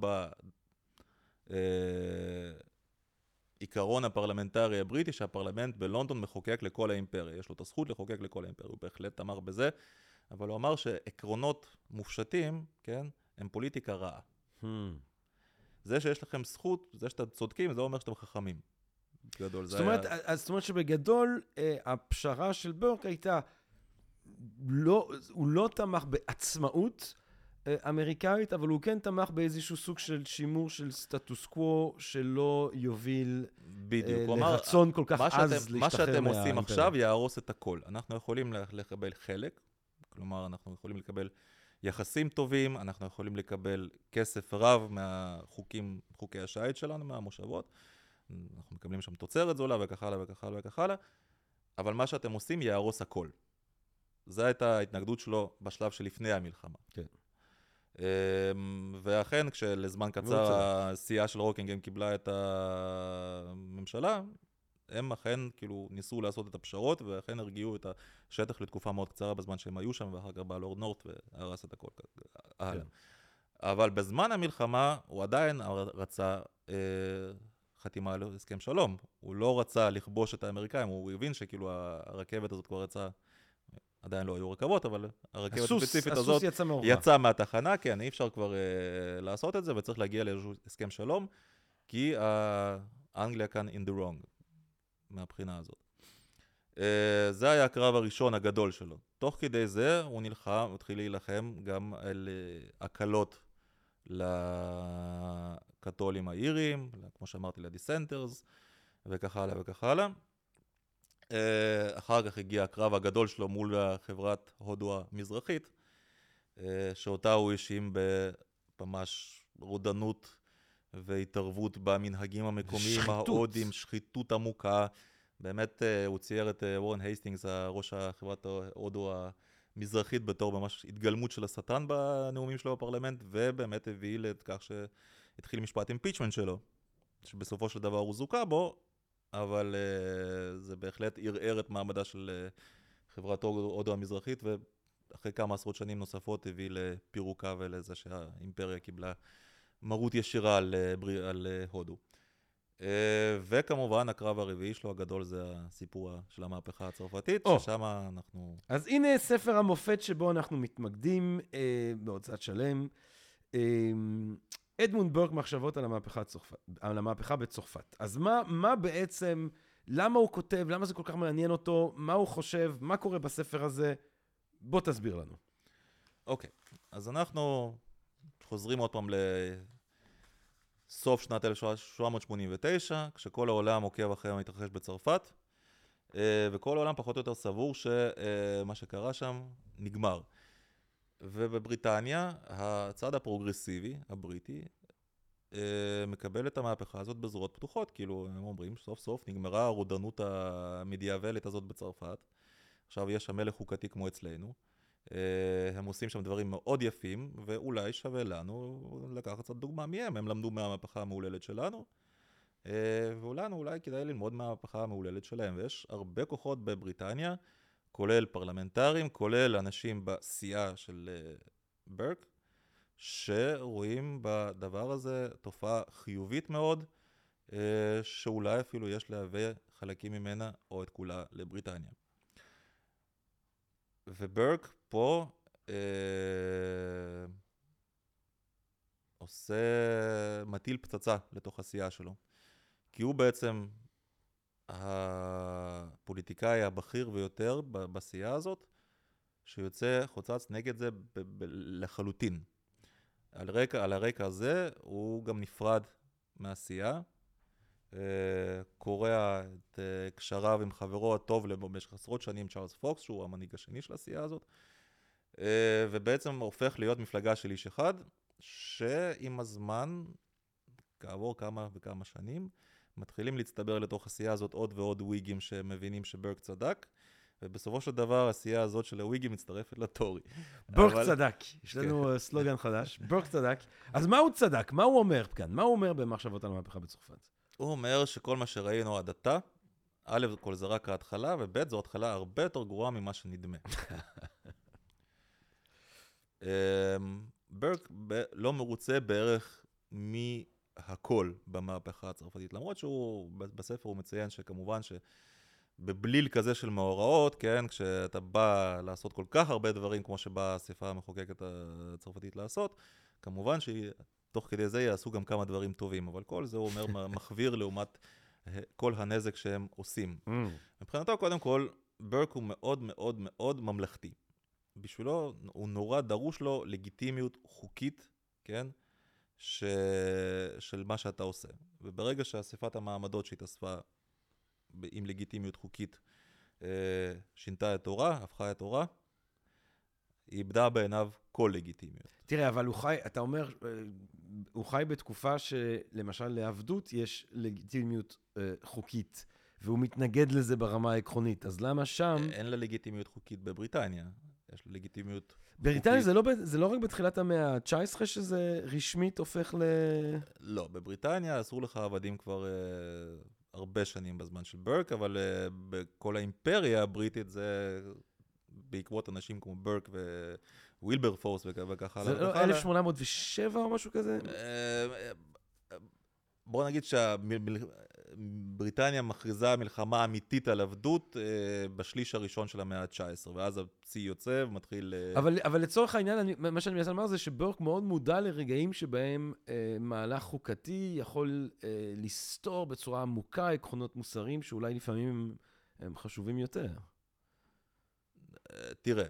בעיקרון הפרלמנטרי הבריטי, שהפרלמנט בלונדון מחוקק לכל האימפריה. יש לו את הזכות לחוקק לכל האימפריה. הוא בהחלט תמך בזה, אבל הוא אמר שעקרונות מופשטים, כן, הם פוליטיקה רעה. זה שיש לכם זכות, זה שאתם צודקים, זה אומר שאתם חכמים. גדול, זאת אומרת שבגדול, הפשרה של ברק הייתה, הוא לא תמך בעצמאות אמריקאית, אבל הוא כן תמך באיזשהו סוג של שימור של סטטוס קוו, שלא יוביל לרצון כל כך עז להשתחרר מה שאתם עושים עכשיו יהרוס את הכל. אנחנו יכולים לקבל חלק, כלומר, אנחנו יכולים לקבל יחסים טובים, אנחנו יכולים לקבל כסף רב חוקי השייט שלנו, מהמושבות, אנחנו מקבלים שם תוצרת זולה וכך הלאה וכך הלאה וכך הלאה, אבל מה שאתם עושים יהרוס הכל. זו הייתה ההתנגדות שלו בשלב שלפני המלחמה. כן. ואכן, כשלזמן קצר הסיעה של רוקינגהם קיבלה את הממשלה, הם אכן כאילו ניסו לעשות את הפשרות, ואכן הרגיעו את השטח לתקופה מאוד קצרה בזמן שהם היו שם, ואחר כך בא לורד נורט והרס את הכל. כן. אבל בזמן המלחמה הוא עדיין רצה חתימה על הסכם שלום. הוא לא רצה לכבוש את האמריקאים, הוא הבין שכאילו הרכבת הזאת כבר יצאה, עדיין לא היו רכבות, אבל הרכבת הספציפית הזאת יצאה מהתחנה, כן, אי אפשר כבר לעשות את זה, וצריך להגיע לאיזשהו הסכם שלום, כי אנגליה כאן in the wrong, מהבחינה הזאת. זה היה הקרב הראשון הגדול שלו. תוך כדי זה הוא התחיל להילחם גם על הקלות לקתולים האירים, כמו שאמרתי, לדיסנטרס, וכך הלאה וכך הלאה. אחר כך הגיע הקרב הגדול שלו מול חברת הודו המזרחית, שאותה הוא האשים בממש רודנות והתערבות במנהגים המקומיים ההודים, שחיתות עמוקה. באמת הוא צייר את וורן הייסטינגס, ראש החברת הודו המזרחית, בתור ממש התגלמות של השטן בנאומים שלו בפרלמנט, ובאמת הביא לכך שהתחיל משפט אימפיצ'מנט שלו, שבסופו של דבר הוא זוכה בו, אבל זה בהחלט ערער את מעמדה של חברת הודו המזרחית, ואחרי כמה עשרות שנים נוספות הביא לפירוקה ולזה שהאימפריה קיבלה מרות ישירה על הודו. וכמובן הקרב הרביעי שלו הגדול זה הסיפור של המהפכה הצרפתית, ששם אנחנו... אז הנה ספר המופת שבו אנחנו מתמקדים בהוצאת שלם. אדמונד ברק, מחשבות על המהפכה בצרפת. אז מה בעצם, למה הוא כותב, למה זה כל כך מעניין אותו, מה הוא חושב, מה קורה בספר הזה? בוא תסביר לנו. אוקיי, אז אנחנו חוזרים עוד פעם לסוף שנת 1789, כשכל העולם עוקב אחרי המתרחש בצרפת, וכל העולם פחות או יותר סבור שמה שקרה שם נגמר. ובבריטניה, הצד הפרוגרסיבי, הבריטי, מקבל את המהפכה הזאת בזרועות פתוחות, כאילו הם אומרים סוף סוף נגמרה הרודנות המדיאבלית הזאת בצרפת, עכשיו יש שם מלך חוקתי כמו אצלנו, הם עושים שם דברים מאוד יפים, ואולי שווה לנו לקחת קצת דוגמה מהם, הם למדו מהמהפכה המהוללת שלנו, ואולי כדאי ללמוד מהמהפכה המהוללת שלהם, ויש הרבה כוחות בבריטניה, כולל פרלמנטרים, כולל אנשים בסיעה של ברק, שרואים בדבר הזה תופעה חיובית מאוד, שאולי אפילו יש להביא חלקים ממנה או את כולה לבריטניה. וברק פה מטיל פצצה לתוך הסיעה שלו, כי הוא בעצם הפוליטיקאי הבכיר ויותר בסיעה הזאת, שיוצא חוצץ נגד זה לחלוטין. על הרקע הזה הוא גם נפרד מהסיעה, קורע את קשריו עם חברו הטוב במשך עשרות שנים, צ'ארלס פוקס, שהוא המנהיג השני של הסיעה הזאת, ובעצם הופך להיות מפלגה של איש אחד, שעם הזמן, כעבור כמה וכמה שנים, מתחילים להצטבר לתוך הסיעה הזאת עוד ועוד וויגים שמבינים שברק צדק, ובסופו של דבר הסיעה הזאת של הוויגים מצטרפת לטורי. ברק צדק, יש לנו סלוגן חדש, ברק צדק. אז מה הוא צדק? מה הוא אומר כאן? מה הוא אומר במחשבות על המהפכה בצרפת? הוא אומר שכל מה שראינו עד עתה, א', כל זה רק ההתחלה, וב', זו התחלה הרבה יותר גרועה ממה שנדמה. ברק לא מרוצה בערך מהכל במהפכה הצרפתית, למרות שהוא, בספר הוא מציין שכמובן שבבליל כזה של מאורעות, כן, כשאתה בא לעשות כל כך הרבה דברים כמו שבאה האספה המחוקקת הצרפתית לעשות, כמובן שתוך כדי זה יעשו גם כמה דברים טובים, אבל כל זה הוא אומר מחוויר לעומת כל הנזק שהם עושים. מבחינתו, קודם כל, ברק הוא מאוד מאוד מאוד ממלכתי. בשבילו, הוא נורא דרוש לו לגיטימיות חוקית, כן? של מה שאתה עושה. וברגע שאספת המעמדות שהתאספה עם לגיטימיות חוקית שינתה את תורה, הפכה את תורה, היא איבדה בעיניו כל לגיטימיות. תראה, אבל אתה אומר, הוא חי בתקופה שלמשל לעבדות יש לגיטימיות חוקית, והוא מתנגד לזה ברמה העקרונית. אז למה שם... אין לה לגיטימיות חוקית בבריטניה. יש לה לגיטימיות בריטניה זה לא רק בתחילת המאה ה-19 שזה רשמית הופך לא, בבריטניה אסור לך עבדים כבר הרבה שנים בזמן של ברק, אבל בכל האימפריה הבריטית זה בעקבות אנשים כמו ברק ווילברפורס וכך הלאה. זה לא 1807 או משהו כזה? בוא נגיד שבריטניה מכריזה מלחמה אמיתית על עבדות בשליש הראשון של המאה ה-19, ואז הצי יוצא ומתחיל... אבל לצורך העניין, מה שאני מנסה לומר זה שברק מאוד מודע לרגעים שבהם מהלך חוקתי יכול לסתור בצורה עמוקה עקרונות מוסריים שאולי לפעמים הם חשובים יותר. תראה,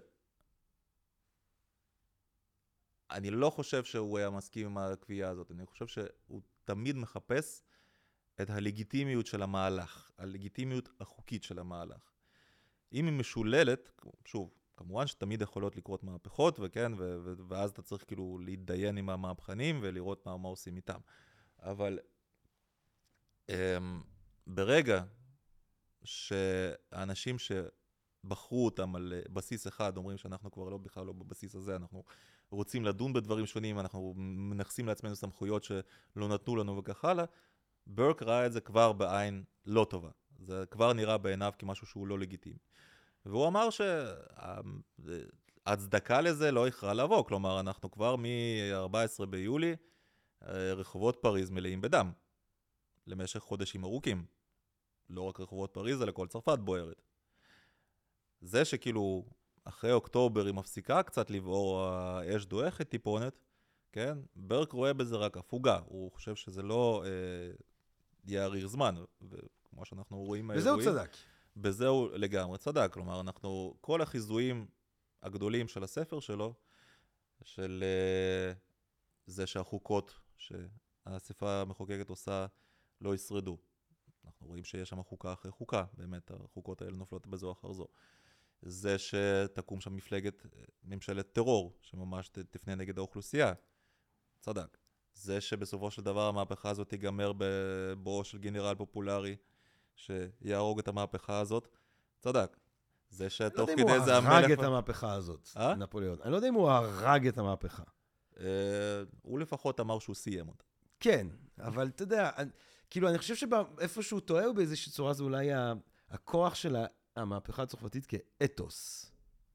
אני לא חושב שהוא היה מסכים עם הקביעה הזאת, אני חושב שהוא תמיד מחפש את הלגיטימיות של המהלך, הלגיטימיות החוקית של המהלך. אם היא משוללת, שוב, כמובן שתמיד יכולות לקרות מהפכות, וכן, ואז אתה צריך כאילו להתדיין עם המהפכנים ולראות מה עושים איתם. אבל ברגע שהאנשים שבחרו אותם על בסיס אחד, אומרים שאנחנו כבר לא בכלל לא בבסיס הזה, אנחנו רוצים לדון בדברים שונים, אנחנו מנחסים לעצמנו סמכויות שלא נתנו לנו וכך הלאה, ברק ראה את זה כבר בעין לא טובה. זה כבר נראה בעיניו כמשהו שהוא לא לגיטימי. והוא אמר שההצדקה לזה לא יכרה לבוא, כלומר, אנחנו כבר מ-14 ביולי, רחובות פריז מלאים בדם, למשך חודשים ארוכים. לא רק רחובות פריז, אלא כל צרפת בוערת. זה שכאילו אחרי אוקטובר היא מפסיקה קצת לבעור, האש דועכת טיפונת, כן? ברק רואה בזה רק הפוגה, הוא חושב שזה לא יאריך זמן, וכמו שאנחנו רואים בזה הוא צדק. בזה הוא לגמרי צדק, כלומר, כל החיזויים הגדולים של הספר שלו, של זה שהחוקות שהאספה המחוקקת עושה לא ישרדו. אנחנו רואים שיש שם חוקה אחרי חוקה, באמת החוקות האלה נופלות בזו אחר זו. זה שתקום שם ממשלת טרור, שממש תפנה נגד האוכלוסייה. צדק. זה שבסופו של דבר המהפכה הזאת תיגמר בבואו של גנרל פופולרי, שיהרוג את המהפכה הזאת. צדק. זה שתוך כדי זה המלך... אני לא יודע אם הוא הרג את המהפכה הזאת, נפוליאון. אני לא יודע אם הוא הרג את המהפכה. הוא לפחות אמר שהוא סיים אותה. כן, אבל אתה יודע, כאילו אני חושב שאיפה שהוא טועה הוא באיזושהי צורה, זה אולי הכוח של המהפכה הצרפתית כאתוס.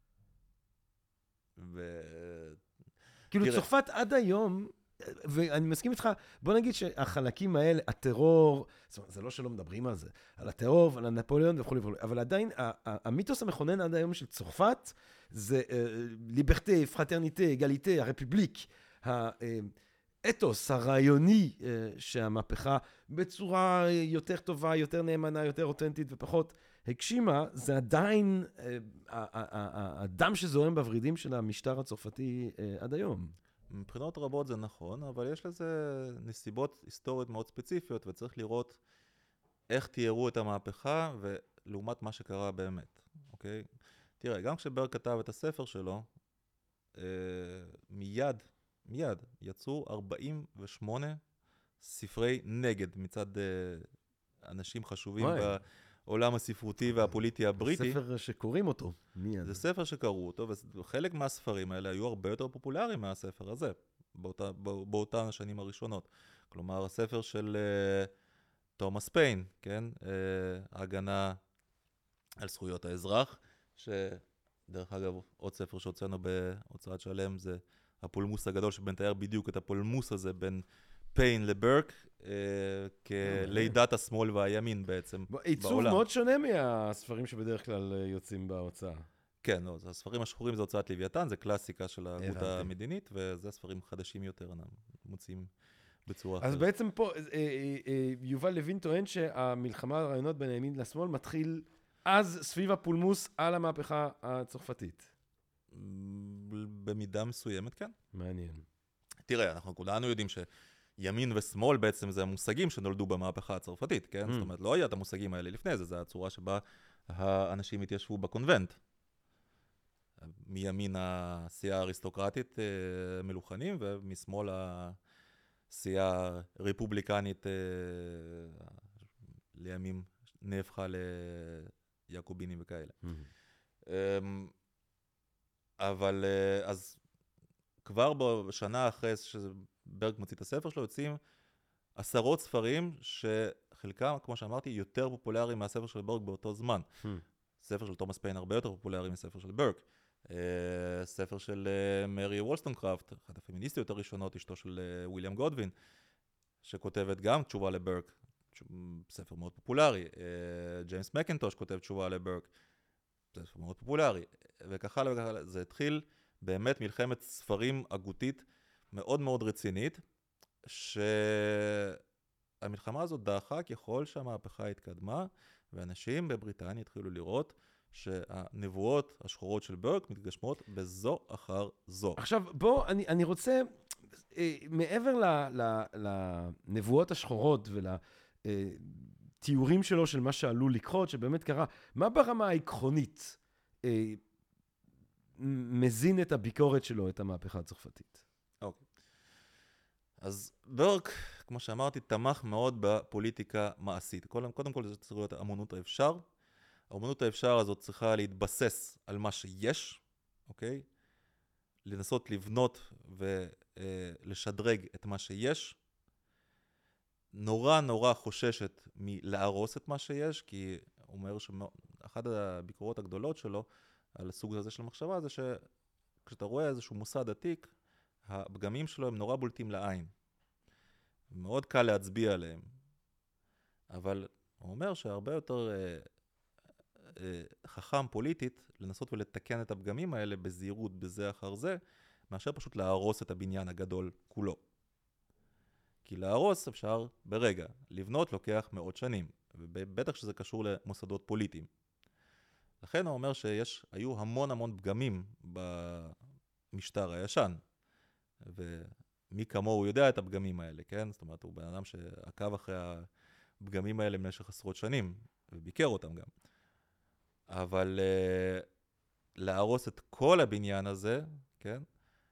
כאילו צרפת עד היום, ואני מסכים איתך, בוא נגיד שהחלקים האלה, הטרור, זאת אומרת, זה לא שלא מדברים על זה, על הטרור ועל הנפוליאון וכו' וכו', אבל עדיין המיתוס המכונן עד היום של צרפת, זה ליברטה, פרטרניטה, אגליטה, הרפובליק, האתוס הרעיוני שהמהפכה בצורה יותר טובה, יותר נאמנה, יותר אותנטית ופחות הגשימה, זה עדיין הדם שזורם בוורידים של המשטר הצרפתי עד היום. מבחינות רבות זה נכון, אבל יש לזה נסיבות היסטוריות מאוד ספציפיות, וצריך לראות איך תיארו את המהפכה ולעומת מה שקרה באמת, אוקיי? תראה, גם כשברק כתב את הספר שלו, מיד יצאו 48 ספרי נגד מצד אנשים חשובים בעולם הספרותי והפוליטי הבריטי. ספר שקוראים אותו. זה ספר שקראו אותו, וחלק מהספרים האלה היו הרבה יותר פופולריים מהספר הזה, באותן השנים הראשונות. כלומר, הספר של תומאס פיין, כן? ההגנה על זכויות האזרח, שדרך אגב, עוד ספר שהוצאנו בהוצאת שלם, זה הפולמוס הגדול, שמתאר בדיוק את הפולמוס הזה בין פיין לברק, כלידת השמאל והימין בעצם בעולם. עיצוב מאוד שונה מהספרים שבדרך כלל יוצאים בהוצאה. כן, לא, הספרים השחורים זה הוצאת לוויתן, זה קלאסיקה של ההגות המדינית, וזה ספרים חדשים יותר, מוצאים בצורה אחרת. אז בעצם פה, יובל לוין טוען שהמלחמה על הרעיונות בין הימין לשמאל מתחיל אז סביב הפולמוס על המהפכה הצרפתית. במידה מסוימת, כן. מעניין. תראה, אנחנו כולנו יודעים שימין ושמאל בעצם זה המושגים שנולדו במהפכה הצרפתית, כן? זאת אומרת, לא היה את המושגים האלה לפני זה, זה הצורה שבה האנשים התיישבו בקונבנט. מימין העשייה האריסטוקרטית מלוכנים, ומשמאל העשייה הרפובליקנית לימים נהפכה ליעקובינים וכאלה. אבל אז כבר בשנה אחרי שברק מוציא את הספר שלו, יוצאים עשרות ספרים שחלקם, כמו שאמרתי, יותר פופולריים מהספר של ברק באותו זמן. ספר של תומאס פיין הרבה יותר פופולרי מספר של ברק. ספר של מרי וולסטונקראפט, אחת הפמיניסטיות הראשונות, אשתו של וויליאם גודווין, שכותבת גם תשובה לברק, ספר מאוד פופולרי. ג'יימס מקינטוש כותב תשובה לברק, ספר מאוד פופולרי. וכך הלאה וכך הלאה. זה התחיל באמת מלחמת ספרים הגותית מאוד מאוד רצינית, שהמלחמה הזאת דעכה ככל שהמהפכה התקדמה, ואנשים בבריטניה התחילו לראות שהנבואות השחורות של ברק מתגשמות בזו אחר זו. עכשיו, בוא, אני רוצה, מעבר לנבואות השחורות ולתיאורים שלו של מה שעלול לקרות, שבאמת קרה, מה ברמה העקרונית מזין את הביקורת שלו, את המהפכה הצרפתית? אוקיי. אז ברק, כמו שאמרתי, תמך מאוד בפוליטיקה מעשית. קודם כל, זה צריך להיות אמנות האפשר. האמנות האפשר הזאת צריכה להתבסס על מה שיש, אוקיי? לנסות לבנות ולשדרג את מה שיש. נורא חוששת מלהרוס את מה שיש, כי הוא אומר שאחת הביקורות הגדולות שלו על הסוג הזה של מחשבה, זה שכשאתה רואה איזשהו מוסד עתיק, הפגמים שלו הם נורא בולטים לעין. מאוד קל להצביע עליהם. אבל הוא אומר שהרבה יותר חכם פוליטית לנסות ולתקן את הפגמים האלה בזהירות בזה אחר זה, מאשר פשוט להרוס את הבניין הגדול כולו. כי להרוס אפשר ברגע, לבנות לוקח מאות שנים, ובטח שזה קשור למוסדות פוליטיים. לכן הוא אומר שהיו המון פגמים במשטר הישן, ומי כמוהו יודע את הפגמים האלה, כן? זאת אומרת, הוא בן אדם שעקב אחרי הפגמים האלה במשך עשרות שנים, וביקר אותם גם. אבל להרוס את כל הבניין הזה, כן?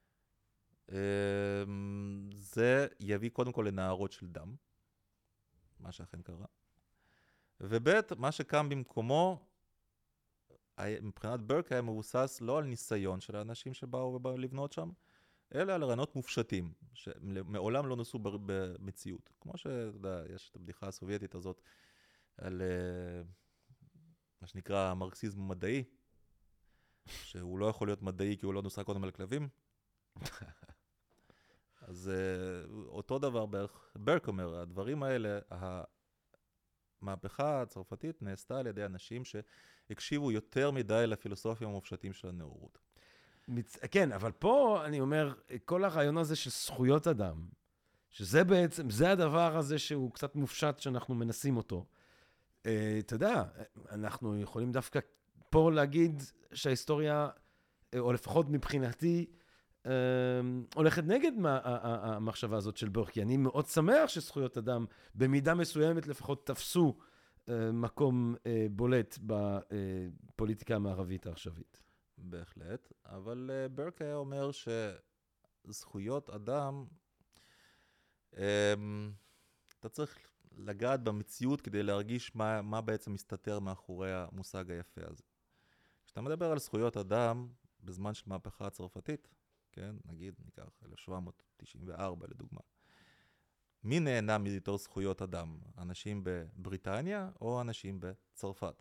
זה יביא קודם כל לנהרות של דם, מה שאכן קרה. ובית, מה שקם במקומו, מבחינת ברק היה מבוסס לא על ניסיון של האנשים שבאו לבנות שם, אלא על רעיונות מופשטים, שמעולם לא נוסו במציאות. כמו שאתה יודע, יש את הבדיחה הסובייטית הזאת על מה שנקרא המרקסיזם המדעי, שהוא לא יכול להיות מדעי כי הוא לא נוסה קודם על כלבים. אז אותו דבר ברק אומר, הדברים האלה, המהפכה הצרפתית נעשתה על ידי אנשים שהקשיבו יותר מדי לפילוסופיה המופשטים של הנאורות. כן, אבל פה אני אומר, כל הרעיון הזה של זכויות אדם, שזה בעצם, זה הדבר הזה שהוא קצת מופשט שאנחנו מנסים אותו. אתה יודע, אנחנו יכולים דווקא פה להגיד שההיסטוריה, או לפחות מבחינתי, הולכת נגד המחשבה הזאת של ברק, כי אני מאוד שמח שזכויות אדם במידה מסוימת לפחות תפסו מקום בולט בפוליטיקה המערבית העכשווית. בהחלט, אבל ברק היה אומר שזכויות אדם, אתה צריך לגעת במציאות כדי להרגיש מה בעצם מסתתר מאחורי המושג היפה הזה. כשאתה מדבר על זכויות אדם בזמן של מהפכה הצרפתית, כן, נגיד, ניקח 1794 לדוגמה, מי נהנה מיותר זכויות אדם? אנשים בבריטניה או אנשים בצרפת?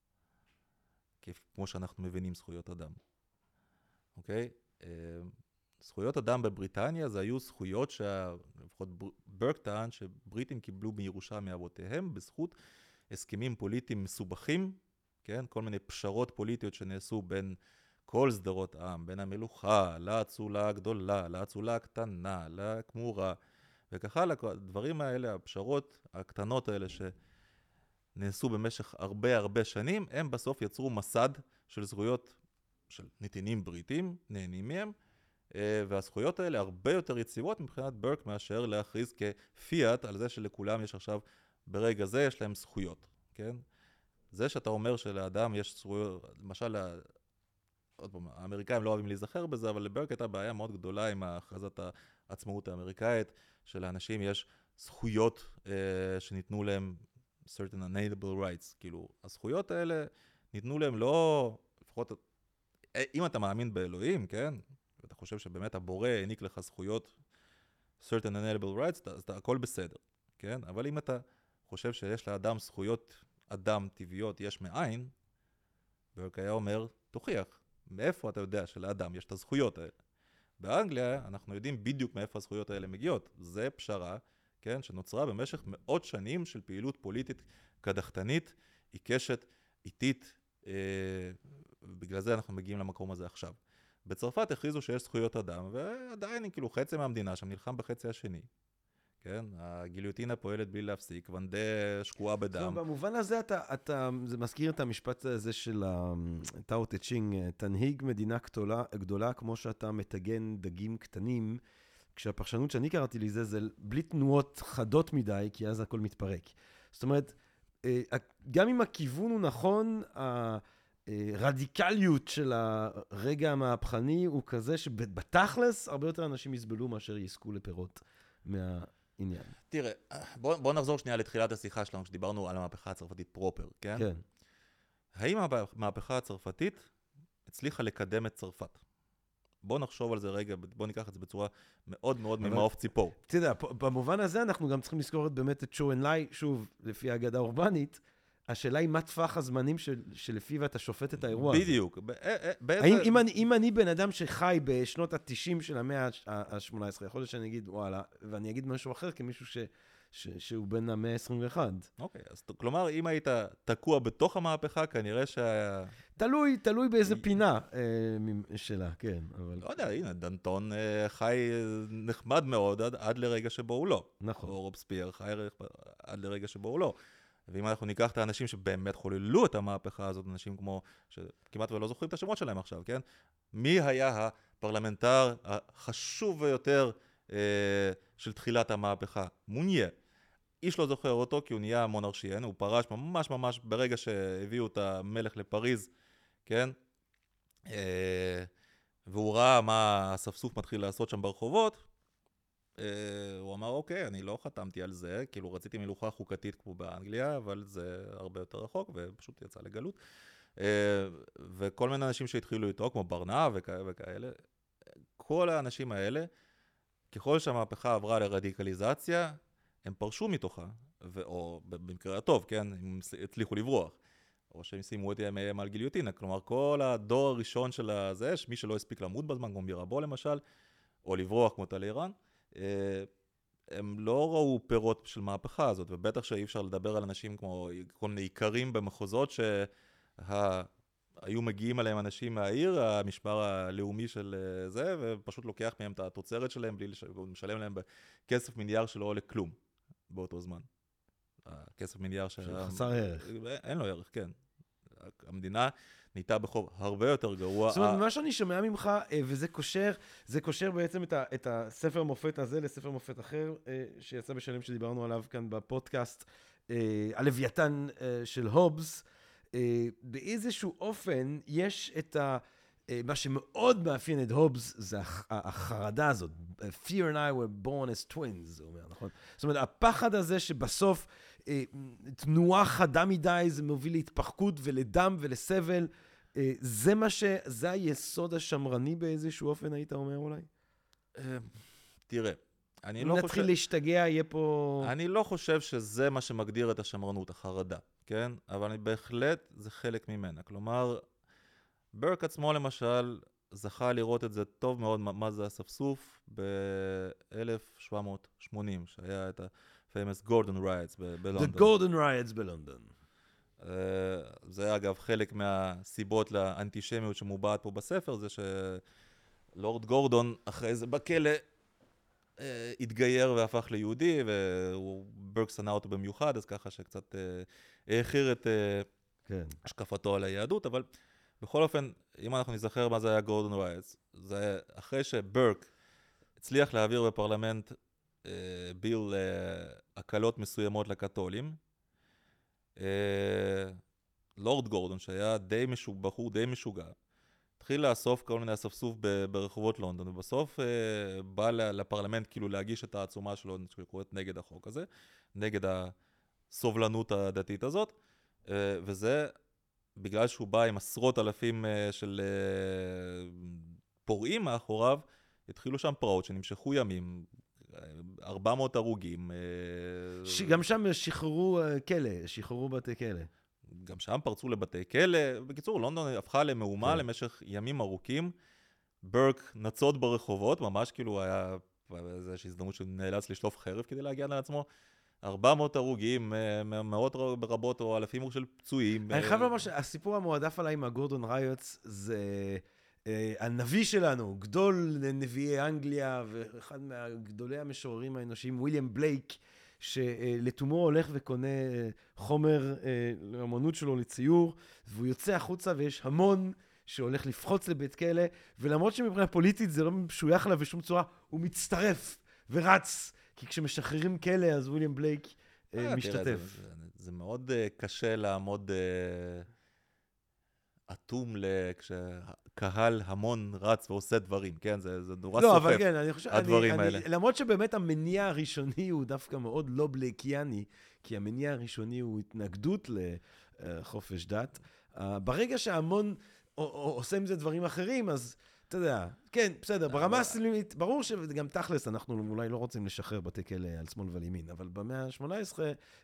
כמו שאנחנו מבינים זכויות אדם. אוקיי? זכויות אדם בבריטניה זה היו זכויות לפחות ברק טען שבריטים קיבלו מירושה מאבותיהם בזכות הסכמים פוליטיים מסובכים, כן? כל מיני פשרות פוליטיות שנעשו בין כל סדרות העם, בין המלוכה, לאצולה הגדולה, לאצולה הקטנה, לכמורה, וכך הלאה. הדברים האלה, הפשרות הקטנות האלה שנעשו במשך הרבה שנים, הם בסוף יצרו מסד של זכויות של נתינים בריטים, נהנים מהם, והזכויות האלה הרבה יותר יציבות מבחינת ברק מאשר להכריז כפיאט על זה שלכולם יש עכשיו, ברגע זה יש להם זכויות, כן? זה שאתה אומר שלאדם יש זכויות, למשל, עוד פעם, האמריקאים לא אוהבים להיזכר בזה, אבל לברק הייתה בעיה מאוד גדולה עם הכרזת העצמאות האמריקאית, שלאנשים יש זכויות שניתנו להם certain unalienable rights, כאילו, הזכויות האלה ניתנו להם לא, לפחות, אם אתה מאמין באלוהים, כן? ואתה חושב שבאמת הבורא העניק לך זכויות certain unalienable rights, אז הכל בסדר, כן? אבל אם אתה חושב שיש לאדם זכויות אדם טבעיות יש מאין, ברק היה אומר, תוכיח, מאיפה אתה יודע שלאדם יש את הזכויות האלה? באנגליה אנחנו יודעים בדיוק מאיפה הזכויות האלה מגיעות. זה פשרה, כן, שנוצרה במשך מאות שנים של פעילות פוליטית קדחתנית, עיקשת, איטית, בגלל זה אנחנו מגיעים למקום הזה עכשיו. בצרפת הכריזו שיש זכויות אדם, ועדיין כאילו חצי מהמדינה שם נלחם בחצי השני. כן, הגיליוטינה פועלת בלי להפסיק, ונדה שקועה בדם. במובן הזה זה מזכיר את המשפט הזה של טאו טה צ'ינג, תנהיג מדינה גדולה כמו שאתה מטגן דגים קטנים, כשהפרשנות שאני קראתי לזה זה בלי תנועות חדות מדי, כי אז הכל מתפרק. זאת אומרת, גם אם הכיוון הוא נכון, הרדיקליות של הרגע המהפכני הוא כזה שבתכלס הרבה יותר אנשים יסבלו מאשר יזכו לפירות מהעניין. תראה, בוא נחזור שנייה לתחילת השיחה שלנו, שדיברנו על המהפכה הצרפתית פרופר, כן? כן. האם המהפכה הצרפתית הצליחה לקדם את צרפת? בוא נחשוב על זה רגע, בוא ניקח את זה בצורה מאוד מאוד ממעוף ציפור. אתה יודע, במובן הזה אנחנו גם צריכים לזכור באמת את שו אן לי, שוב, לפי האגדה האורבנית, השאלה היא מה טווח הזמנים שלפיו אתה שופט את האירוע הזה. בדיוק. אם אני בן אדם שחי בשנות ה-90 של המאה ה-18, יכול להיות שאני אגיד, וואלה, ואני אגיד משהו אחר כמישהו שהוא בין המאה ה-21. אוקיי, אז כלומר, אם היית תקוע בתוך המהפכה, כנראה תלוי באיזה פינה שלה, כן. לא יודע, הנה, דנטון חי נחמד מאוד עד לרגע שבו הוא לא. נכון. או רובספייר חי עד לרגע שבו הוא לא. ואם אנחנו ניקח את האנשים שבאמת חוללו את המהפכה הזאת, אנשים כמו, שכמעט ולא זוכרים את השמות שלהם עכשיו, כן? מי היה הפרלמנטר החשוב ביותר של תחילת המהפכה? מוניה. איש לא זוכר אותו כי הוא נהיה מונרשיין, הוא פרש ממש ברגע שהביאו את המלך לפריז, כן? והוא ראה מה הספסוף מתחיל לעשות שם ברחובות, הוא אמר, אוקיי, אני לא חתמתי על זה, כאילו רציתי מלוכה חוקתית כמו באנגליה, אבל זה הרבה יותר רחוק, ופשוט יצא לגלות. וכל מיני אנשים שהתחילו איתו, כמו ברנע וכאלה, כל האנשים האלה, ככל שהמהפכה עברה לרדיקליזציה, הם פרשו מתוכה, או במקרה הטוב, כן, הם הצליחו לברוח, או שהם שימו את ימיהם על גיליוטינה, כלומר, כל הדור הראשון של הזה, מי שלא הספיק למות בזמן, כמו מירבו למשל, או לברוח כמו טלירן, הם לא ראו פירות של מהפכה הזאת, ובטח שאי אפשר לדבר על אנשים כמו כל מיני עיקרים במחוזות שהיו מגיעים עליהם אנשים מהעיר, המשמר הלאומי של זה, ופשוט לוקח מהם את התוצרת שלהם, ומשלם להם בכסף מיליאר שלא עולה כלום באותו זמן. הכסף מיליאר חסר ערך. אין לו ערך, כן. המדינה נהייתה בחוב הרבה יותר גרוע. זאת אומרת, מה שאני שומע ממך, וזה קושר בעצם את הספר מופת הזה לספר מופת אחר, שיצא בשנים שדיברנו עליו כאן בפודקאסט, הלוויתן של הובס. באיזשהו אופן יש את מה שמאוד מאפיין את הובס, זה החרדה הזאת. Fear and I were born as twins, זה אומר, נכון? זאת אומרת, הפחד הזה שבסוף תנועה חדה מדי, זה מוביל להתפחקות ולדם ולסבל, זה היסוד השמרני באיזשהו אופן, היית אומר אולי? תראה, אני אם לא נתחיל להשתגע, יהיה פה... אני לא חושב שזה מה שמגדיר את השמרנות, החרדה, כן? אבל בהחלט זה חלק ממנה. כלומר, ברק עצמו למשל זכה לראות את זה טוב מאוד, מה זה אספסוף ב-1780, שהיה את ה-famous Gordon Riots בלונדון. The Gordon Riots בלונדון. זה אגב חלק מהסיבות לאנטישמיות שמובעת פה בספר, זה שלורד גורדון אחרי זה בכלא התגייר והפך ליהודי, וברק שנא אותו במיוחד, אז ככה שקצת האחיר את השקפתו על היהדות, אבל בכל אופן, אם אנחנו נזכר מה זה היה גורדון רייטס, זה אחרי שברק הצליח להעביר בפרלמנט ביל הקלות מסוימות לקתולים, לורד גורדון, שהיה בחור די משוגע, התחיל לאסוף כל מיני אספסוף ברחובות לונדון, ובסוף בא לפרלמנט כאילו להגיש את העצומה שלו, שקוראת נגד החוק הזה, נגד הסובלנות הדתית הזאת, וזה בגלל שהוא בא עם עשרות אלפים של פורעים מאחוריו, התחילו שם פרעות שנמשכו ימים, 400 הרוגים. גם שם שחררו בתי כלא. גם שם פרצו לבתי כלא. בקיצור, לונדון הפכה למהומה למשך ימים ארוכים. ברק נצוד ברחובות, ממש כאילו היה איזושהי הזדמנות שנאלץ לשלוף חרב כדי להגיע לעצמו. 400 הרוגים, מאות רבות או אלפים של פצועים. אני חייב לומר שהסיפור המועדף עליי עם הגורדון ריוטס זה הנביא שלנו, גדול נביאי אנגליה ואחד מהגדולי המשוררים האנושיים, וויליאם בלייק, שלתומו הולך וקונה חומר לאמנות שלו לציור, והוא יוצא החוצה ויש המון שהולך לפחוץ לבית כלא, ולמרות שמבחינה פוליטית זה לא משוייך לה בשום צורה, הוא מצטרף ורץ, כי כשמשחררים כלא אז וויליאם בלייק משתתף. זה מאוד קשה לעמוד אטום כשקהל המון רץ ועושה דברים, כן? זה נורא סוחף, אבל כן, אני חושב, הדברים האלה. למרות שבאמת המניע הראשוני הוא דווקא מאוד לא בלייקיאני, כי המניע הראשוני הוא התנגדות לחופש דת. ברגע שההמון עושה עם זה דברים אחרים, אז אתה יודע, כן, בסדר, ברמה הסלמית, ברור שגם תכלס, אנחנו אולי לא רוצים לשחרר בתי כלא על שמאל ועל ימין, אבל במאה ה-18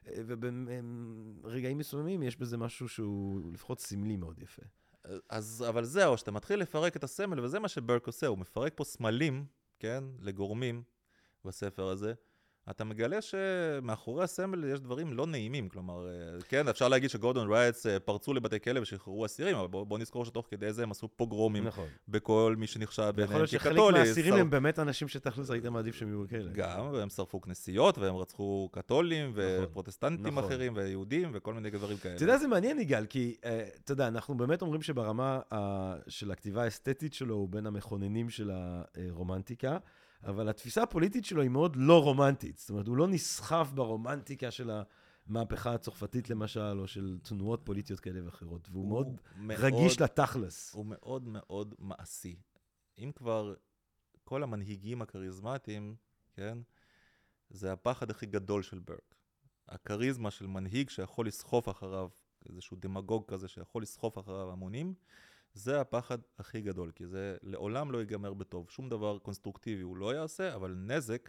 וברגעים מסוימים יש בזה משהו שהוא לפחות סמלי מאוד יפה. אבל זהו, שאתה מתחיל לפרק את הסמל, וזה מה שברק עושה, הוא מפרק פה סמלים, כן, לגורמים בספר הזה, אתה מגלה שמאחורי הסמל יש דברים לא נעימים, כלומר, כן, אפשר להגיד שגורדון רייטס פרצו לבתי כלא ושחררו אסירים, אבל בוא נזכור שתוך כדי זה הם עשו פוגרומים בכל מי שנחשב ביניהם כקתולי. יכול להיות שחלק מהאסירים הם באמת אנשים שתכלס היית מעדיף שהם יהיו בכלא. גם, והם שרפו כנסיות, והם רצחו קתולים ופרוטסטנטים אחרים ויהודים וכל מיני דברים כאלה. אתה יודע, זה מעניין, יגאל, כי, אתה יודע, אנחנו באמת אומרים שברמה של הכתיבה האסתטית שלו הוא בין המכוננים של הרומנטיקה, אבל התפיסה הפוליטית שלו היא מאוד לא רומנטית. זאת אומרת, הוא לא נסחף ברומנטיקה של המהפכה הצרפתית למשל, או של תנועות פוליטיות כאלה ואחרות, והוא מאוד רגיש לתכלס. הוא מאוד מאוד מעשי. אם כבר כל המנהיגים הכריזמטיים, כן, זה הפחד הכי גדול של ברק. הכריזמה של מנהיג שיכול לסחוף אחריו, איזשהו דמגוג כזה שיכול לסחוף אחריו המונים, זה הפחד הכי גדול, כי זה לעולם לא ייגמר בטוב. שום דבר קונסטרוקטיבי הוא לא יעשה, אבל נזק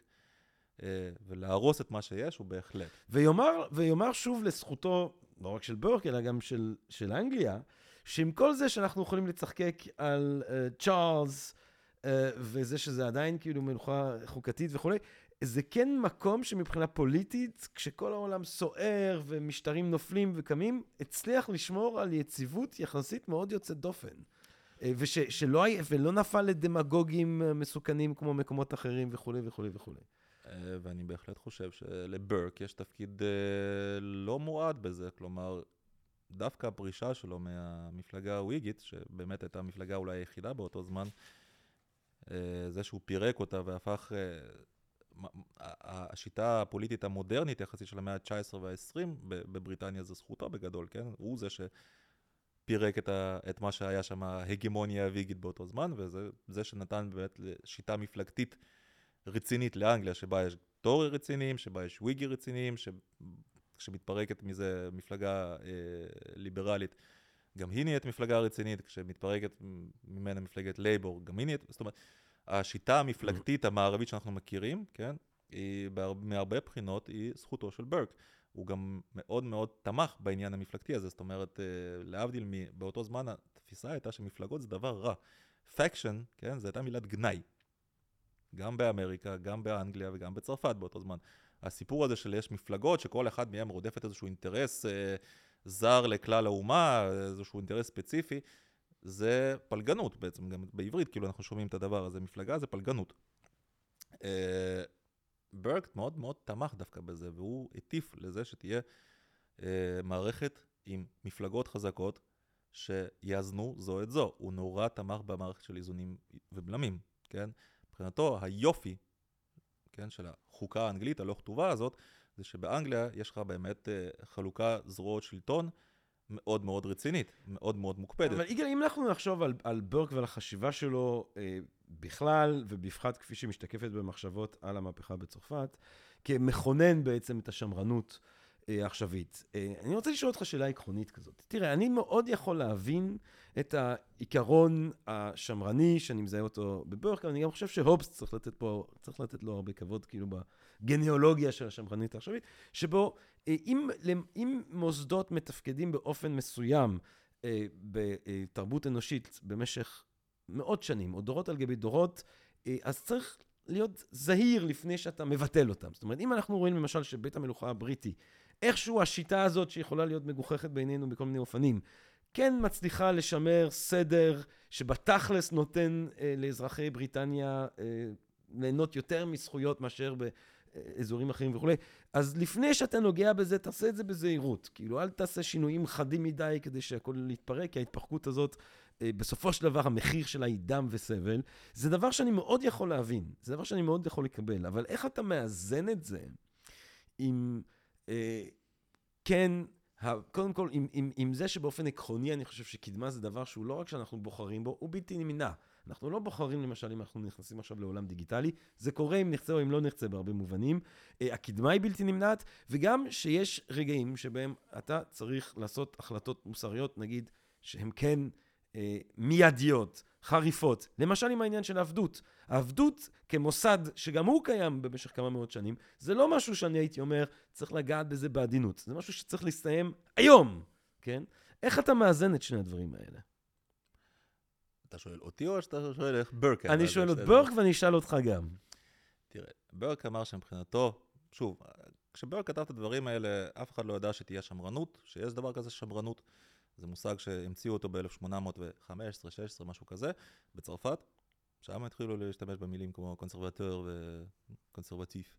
ולהרוס את מה שיש הוא בהחלט. ויאמר שוב לזכותו, לא רק של ברק, אלא גם של אנגליה, שעם כל זה שאנחנו יכולים לצחקק על צ'ארלס, וזה שזה עדיין כאילו מלוכה חוקתית וכו', זה כן מקום שמבחינה פוליטית, כשכל העולם סוער ומשטרים נופלים וקמים, הצליח לשמור על יציבות יחסית מאוד יוצאת דופן. ולא נפל לדמגוגים מסוכנים כמו מקומות אחרים וכו' וכו' וכו'. ואני בהחלט חושב שלברק יש תפקיד לא מועד בזה, כלומר, דווקא הפרישה שלו מהמפלגה הוויגית, שבאמת הייתה המפלגה אולי היחידה באותו זמן, זה שהוא פירק אותה והפך... השיטה הפוליטית המודרנית יחסית של המאה ה-19 וה-20 בבריטניה זה זכותו בגדול, כן? הוא זה שפירק את מה שהיה שם ההגמוניה הוויגית באותו זמן, וזה שנתן באמת שיטה מפלגתית רצינית לאנגליה, שבה יש טורי רציניים, שבה יש וויגי רציניים, כשמתפרקת מזה מפלגה ליברלית, גם היא נהיית מפלגה רצינית, כשמתפרקת ממנה מפלגת לייבור, גם היא נהיית, זאת אומרת, השיטה המפלגתית המערבית שאנחנו מכירים, כן? מהרבה בחינות היא זכותו של ברק. הוא גם מאוד מאוד תמך בעניין המפלגתי הזה, זאת אומרת, להבדיל באותו זמן התפיסה הייתה שמפלגות זה דבר רע. פקשן, כן, זו הייתה מילת גנאי. גם באמריקה, גם באנגליה וגם בצרפת באותו זמן. הסיפור הזה של יש מפלגות שכל אחד מהם רודפת איזשהו אינטרס זר לכלל האומה, איזשהו אינטרס ספציפי, זה פלגנות בעצם, גם בעברית, כאילו אנחנו שומעים את הדבר הזה, מפלגה זה פלגנות. ברק מאוד מאוד תמך דווקא בזה, והוא הטיף לזה שתהיה מערכת עם מפלגות חזקות שיאזנו זו את זו. הוא נורא תמך במערכת של איזונים ובלמים, כן? מבחינתו היופי, כן, של החוקה האנגלית הלא כתובה הזאת, זה שבאנגליה יש לך באמת חלוקה זרועות שלטון מאוד מאוד רצינית, מאוד מאוד מוקפדת. אבל יגאל, אם אנחנו נחשוב על ברק ועל החשיבה שלו בכלל, ובפחד כפי שמשתקפת במחשבות על המהפכה בצרפת, כמכונן בעצם את השמרנות העכשווית. אני רוצה לשאול אותך שאלה עקרונית כזאת. תראה, אני מאוד יכול להבין את העיקרון השמרני, שאני מזהה אותו בברק, אבל אני גם חושב שהובס צריך לתת לו הרבה כבוד, כאילו בגניאולוגיה של השמרנית העכשווית, שבו אם מוסדות מתפקדים באופן מסוים בתרבות אנושית במשך מאות שנים, או דורות על גבי דורות, אז צריך להיות זהיר לפני שאתה מבטל אותם. זאת אומרת, אם אנחנו רואים למשל שבית המלוכה הבריטי, איכשהו השיטה הזאת שיכולה להיות מגוחכת בעינינו בכל מיני אופנים, כן מצליחה לשמר סדר שבתכלס נותן לאזרחי בריטניה ליהנות יותר מזכויות מאשר באזורים אחרים וכו'. אז לפני שאתה נוגע בזה, תעשה את זה בזהירות. כאילו, אל תעשה שינויים חדים מדי כדי שהכל יתפרק, כי ההתפרקות הזאת, בסופו של דבר, המחיר שלה היא דם וסבל. זה דבר שאני מאוד יכול להבין. זה דבר שאני מאוד יכול לקבל. אבל איך אתה מאזן את זה עם, כן, קודם כל, עם זה שבאופן עקרוני, אני חושב שקדמה זה דבר שהוא לא רק שאנחנו בוחרים בו, הוא בלתי נמנע. אנחנו לא בוחרים, למשל, אם אנחנו נכנסים עכשיו לעולם דיגיטלי, זה קורה אם נחצה או אם לא נחצה בהרבה מובנים. הקדמה היא בלתי נמנעת, וגם שיש רגעים שבהם אתה צריך לעשות החלטות מוסריות, נגיד, שהן כן מיידיות, חריפות. למשל עם העניין של העבדות. העבדות כמוסד שגם הוא קיים במשך כמה מאות שנים, זה לא משהו שאני הייתי אומר, צריך לגעת בזה בעדינות. זה משהו שצריך להסתיים היום, כן? איך אתה מאזן את שני הדברים האלה? אתה שואל אותי או שאתה שואל איך ברק? אני שואל את ברק ואני אשאל אותך גם. תראה, ברק אמר שמבחינתו, שוב, כשברק כתב את הדברים האלה, אף אחד לא ידע שתהיה שמרנות, שיש דבר כזה שמרנות. זה מושג שהמציאו אותו ב-1815, 16, משהו כזה, בצרפת. שם התחילו להשתמש במילים כמו קונסרבטור וקונסרבטיף.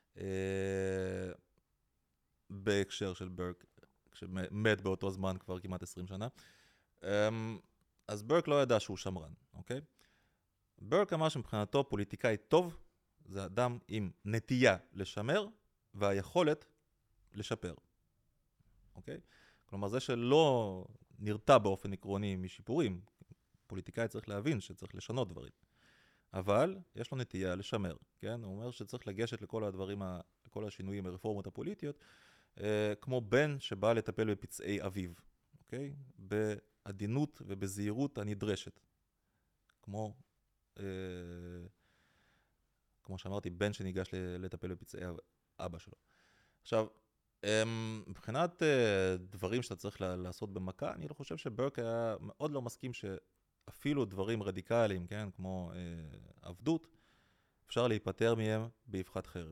בהקשר של ברק, שמת באותו זמן כבר כמעט 20 שנה. אז ברק לא ידע שהוא שמרן, אוקיי? ברק אמר שמבחינתו פוליטיקאי טוב, זה אדם עם נטייה לשמר והיכולת לשפר, אוקיי? כלומר, זה שלא נרתע באופן עקרוני משיפורים, פוליטיקאי צריך להבין שצריך לשנות דברים. אבל יש לו נטייה לשמר, כן? הוא אומר שצריך לגשת לכל הדברים, לכל השינויים, הרפורמות הפוליטיות, כמו בן שבא לטפל בפצעי אביו, אוקיי? בעדינות ובזהירות הנדרשת. כמו שאמרתי, בן שניגש לטפל בפצעי אבא שלו. עכשיו, מבחינת דברים שאתה צריך לעשות במכה, אני לא חושב שברק היה מאוד לא מסכים שאפילו דברים רדיקליים, כן, כמו עבדות, אפשר להיפטר מהם באבחת חרב.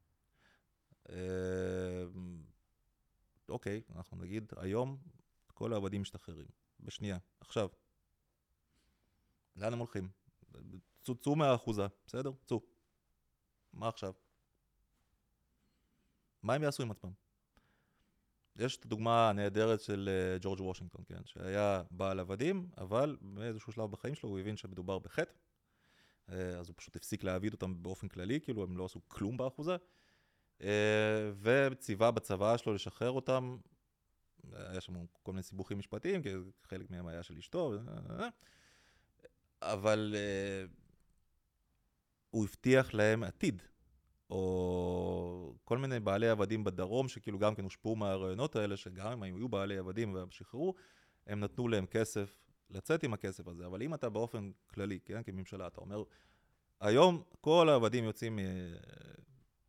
אוקיי, אנחנו נגיד, היום כל העבדים משתחררים. בשנייה, עכשיו. לאן הם הולכים? צאו מהאחוזה, בסדר? צאו. מה עכשיו? מה הם יעשו עם עצמם? יש את הדוגמה הנהדרת של ג'ורג' וושינגטון, כן? שהיה בעל עבדים, אבל באיזשהו שלב בחיים שלו הוא הבין שמדובר בחטא, אז הוא פשוט הפסיק להעביד אותם באופן כללי, כאילו הם לא עשו כלום באחוזה, וציווה בצבא שלו לשחרר אותם, היה שם כל מיני סיבוכים משפטיים, כי חלק מהם היה של אשתו, אבל הוא הבטיח להם עתיד, או כל מיני בעלי עבדים בדרום, שכאילו גם כן הושפעו מהרעיונות האלה, שגם אם היו בעלי עבדים ושחררו, הם נתנו להם כסף, לצאת עם הכסף הזה. אבל אם אתה באופן כללי, כן, כממשלה, אתה אומר, היום כל העבדים יוצאים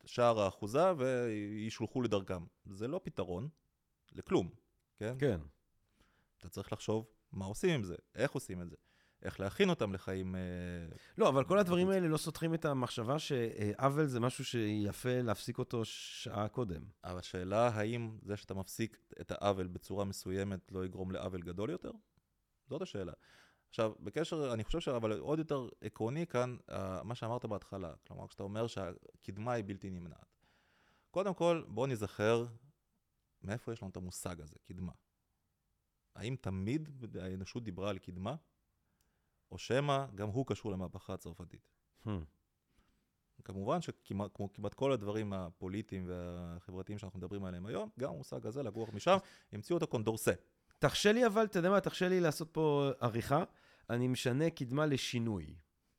שער האחוזה וישלחו לדרכם. זה לא פתרון לכלום, כן? כן. אתה צריך לחשוב מה עושים עם זה, איך עושים את זה, איך להכין אותם לחיים... לא, אבל כל הדברים האלה לא סותרים את המחשבה שעוול זה משהו שיפה להפסיק אותו שעה קודם. אבל השאלה האם זה שאתה מפסיק את העוול בצורה מסוימת לא יגרום לעוול גדול יותר? זאת השאלה. עכשיו, בקשר, אני חושב אבל עוד יותר עקרוני כאן, מה שאמרת בהתחלה, כלומר, כשאתה אומר שהקדמה היא בלתי נמנעת. קודם כל, בוא נזכר מאיפה יש לנו את המושג הזה, קדמה. האם תמיד האנושות דיברה על קדמה, או שמא גם הוא קשור למהפכה הצרפתית? כמובן שכמו כמעט כל הדברים הפוליטיים והחברתיים שאנחנו מדברים עליהם היום, גם המושג הזה לגוח משם, המציאו אותו קונדורסה. תרשה לי אבל, אתה יודע מה, תרשה לי לעשות פה עריכה, אני משנה קדמה לשינוי.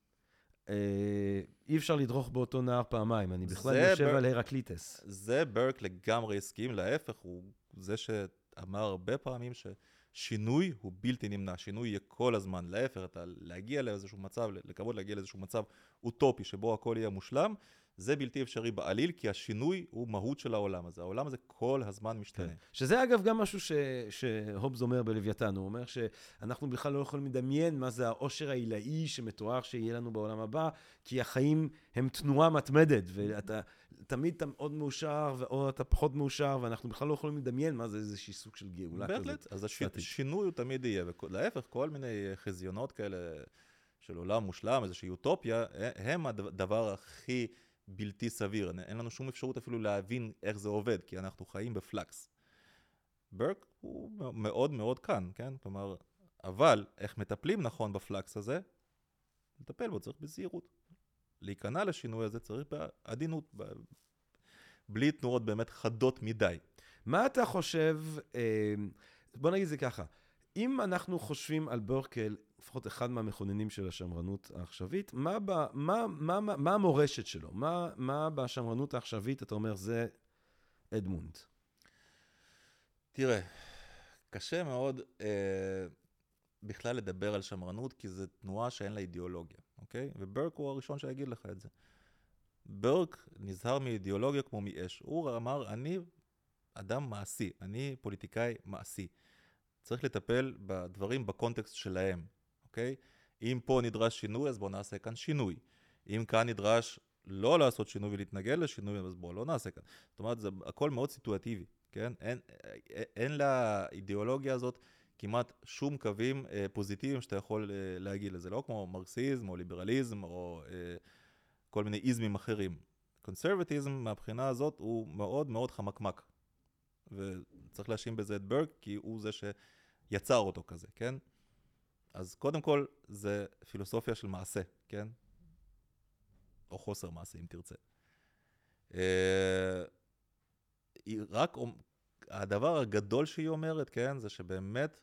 אי אפשר לדרוך באותו נהר פעמיים, אני בכלל יושב על הרקליטס. זה ברק לגמרי הסכים, להפך, הוא זה שאמר הרבה פעמים ששינוי הוא בלתי נמנע, שינוי יהיה כל הזמן, להפך, אתה להגיע לאיזשהו מצב, לקוות להגיע לאיזשהו מצב אוטופי שבו הכל יהיה מושלם, זה בלתי אפשרי בעליל, כי השינוי הוא מהות של העולם הזה. העולם הזה כל הזמן משתנה. כן. שזה אגב גם משהו שהובס אומר בלוויתן, הוא אומר שאנחנו בכלל לא יכולים לדמיין מה זה העושר העילאי שמתואר שיהיה לנו בעולם הבא, כי החיים הם תנועה מתמדת, ואתה תמיד עוד מאושר, או אתה פחות מאושר, ואנחנו בכלל לא יכולים לדמיין מה זה איזושהי סוג של גאולה כזאת. בהחלט, אז השינוי הוא תמיד יהיה, להפך, כל מיני חזיונות כאלה של עולם מושלם, איזושהי אוטופיה, הם הדבר הכי בלתי סביר. אין לנו שום אפשרות אפילו להבין איך זה עובד, כי אנחנו חיים בפלקס. ברק הוא מאוד מאוד כאן, כן? כלומר, אבל איך מטפלים נכון בפלקס הזה? לטפל בו צריך בזהירות. להיכנע לשינוי הזה צריך בעדינות, בלי תנועות באמת חדות מדי. מה אתה חושב, בוא נגיד זה ככה, אם אנחנו חושבים על ברקל, לפחות אחד מהמכוננים של השמרנות העכשווית, מה המורשת שלו? מה בשמרנות העכשווית אתה אומר זה אדמונד? תראה, קשה מאוד בכלל לדבר על שמרנות, כי זו תנועה שאין לה אידיאולוגיה, אוקיי? וברק הוא הראשון שיגיד לך את זה. ברק נזהר מאידיאולוגיה כמו מאש. הוא אמר, אני אדם מעשי, אני פוליטיקאי מעשי. צריך לטפל בדברים בקונטקסט שלהם, אוקיי? אם פה נדרש שינוי, אז בוא נעשה כאן שינוי. אם כאן נדרש לא לעשות שינוי ולהתנגד לשינוי, אז בוא לא נעשה כאן. זאת אומרת, זה הכל מאוד סיטואטיבי, כן? אין לאידיאולוגיה הזאת כמעט שום קווים פוזיטיביים שאתה יכול להגיד לזה. לא כמו מרקסיזם או ליברליזם או כל מיני איזמים אחרים. קונסרבטיזם מהבחינה הזאת הוא מאוד מאוד חמקמק. וצריך להאשים בזה את ברק, כי הוא זה שיצר אותו כזה, כן? אז קודם כל, זה פילוסופיה של מעשה, כן? או חוסר מעשה, אם תרצה. רק הדבר הגדול שהיא אומרת, כן? זה שבאמת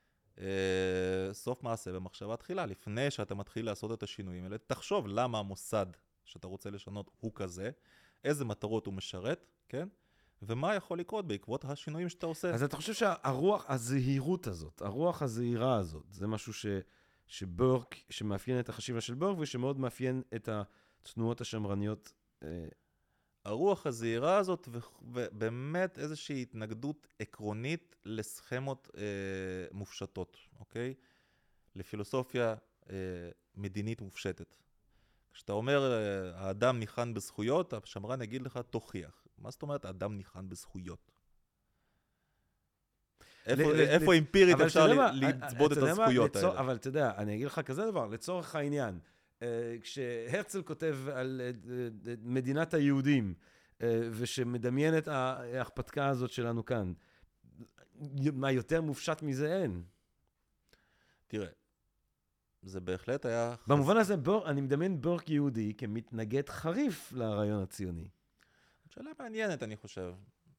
סוף מעשה במחשבה תחילה. לפני שאתה מתחיל לעשות את השינויים האלה, תחשוב למה המוסד שאתה רוצה לשנות הוא כזה, איזה מטרות הוא משרת, כן? ומה יכול לקרות בעקבות השינויים שאתה עושה. אז אתה חושב שהרוח הזהירות הזאת, הרוח הזהירה הזאת, זה משהו שברק, שמאפיין את החשיבה של ברק, ושמאוד מאפיין את התנועות השמרניות. הרוח הזהירה הזאת, ובאמת איזושהי התנגדות עקרונית לסכמות מופשטות, אוקיי? לפילוסופיה מדינית מופשטת. כשאתה אומר, האדם ניחן בזכויות, השמרן יגיד לך, תוכיח. מה זאת אומרת, האדם ניחן בזכויות? איפה אמפירית אפשר לצבוד את הזכויות האלה? אבל אתה יודע, אני אגיד לך כזה דבר, לצורך העניין, כשהרצל כותב על מדינת היהודים, ושמדמיין את ההכפתקה הזאת שלנו כאן, מה יותר מופשט מזה אין? תראה, זה בהחלט היה... במובן הזה, אני מדמיין ברק יהודי כמתנגד חריף לרעיון הציוני. שאלה מעניינת, אני חושב.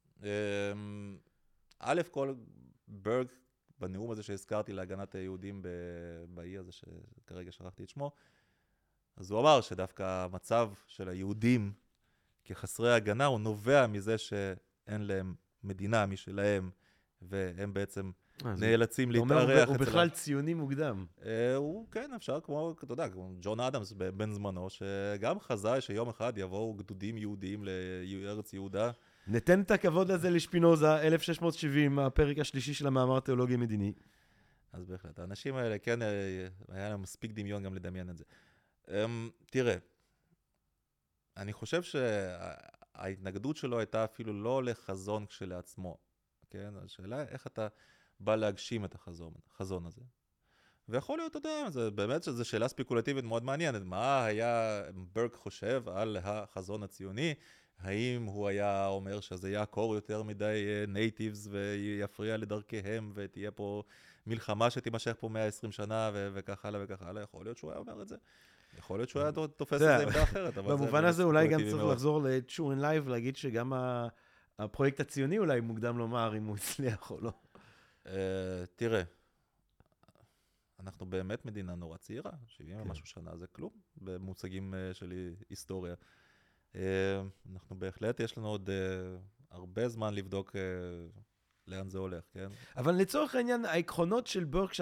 א' כל ברק, בנאום הזה שהזכרתי להגנת היהודים באי הזה, שכרגע שכחתי את שמו, אז הוא אמר שדווקא המצב של היהודים כחסרי הגנה, הוא נובע מזה שאין להם מדינה משלהם, והם בעצם נאלצים אתה אומר, להתארח הוא אצל בכלל ציוני מוקדם. הוא, כן, אפשר כמו, אתה יודע, כמו ג'ון אדמס בן זמנו, שגם חזה שיום אחד יבואו גדודים יהודיים לארץ יהודה. ניתן את הכבוד הזה לשפינוזה, 1670, הפרק השלישי של המאמר התיאולוגי מדיני. אז בהחלט, האנשים האלה, כן, היה להם מספיק דמיון גם לדמיין את זה. תראה, אני חושב שההתנגדות שלו הייתה אפילו לא לחזון כשלעצמו, כן? השאלה איך אתה בא להגשים את החזון הזה. ויכול להיות, אתה יודע, זה באמת שזו שאלה ספקולטיבית מאוד מעניינת. מה היה ברק חושב על החזון הציוני? האם הוא היה אומר שזה יעקור יותר מדי נייטיבס ויפריע לדרכיהם ותהיה פה מלחמה שתימשך פה 120 שנה וכך הלאה וכך הלאה? יכול להיות שהוא היה אומר את זה. יכול להיות שהוא היה תופס את זה עמדה אחרת. במובן הזה אולי גם צריך לחזור ל-True in Life, להגיד שגם הפרויקט הציוני אולי מוקדם לומר אם הוא הצליח או לא. תראה, אנחנו באמת מדינה נורא צעירה, 70 ומשהו שנה זה כלום, במושגים של היסטוריה. אנחנו בהחלט, יש לנו עוד הרבה זמן לבדוק לאן זה הולך, כן? אבל לצורך העניין, העקרונות של ברק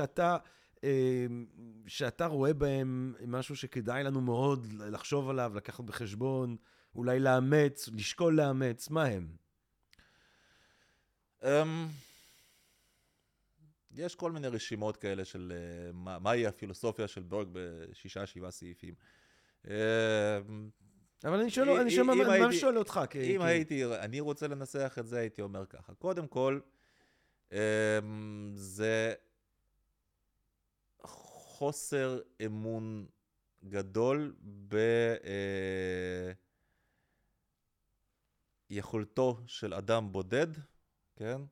שאתה רואה בהם משהו שכדאי לנו מאוד לחשוב עליו, לקחת בחשבון, אולי לאמץ, לשקול לאמץ, מה הם? יש כל מיני רשימות כאלה של מהי הפילוסופיה של ברק ב6-7 סעיפים. אבל אני שואל, מה שואל אותך? אם אני רוצה לנסח את זה, הייתי אומר ככה. קודם כל, זה חוסר אמון גדול ביכולתו של אדם בודד, כן?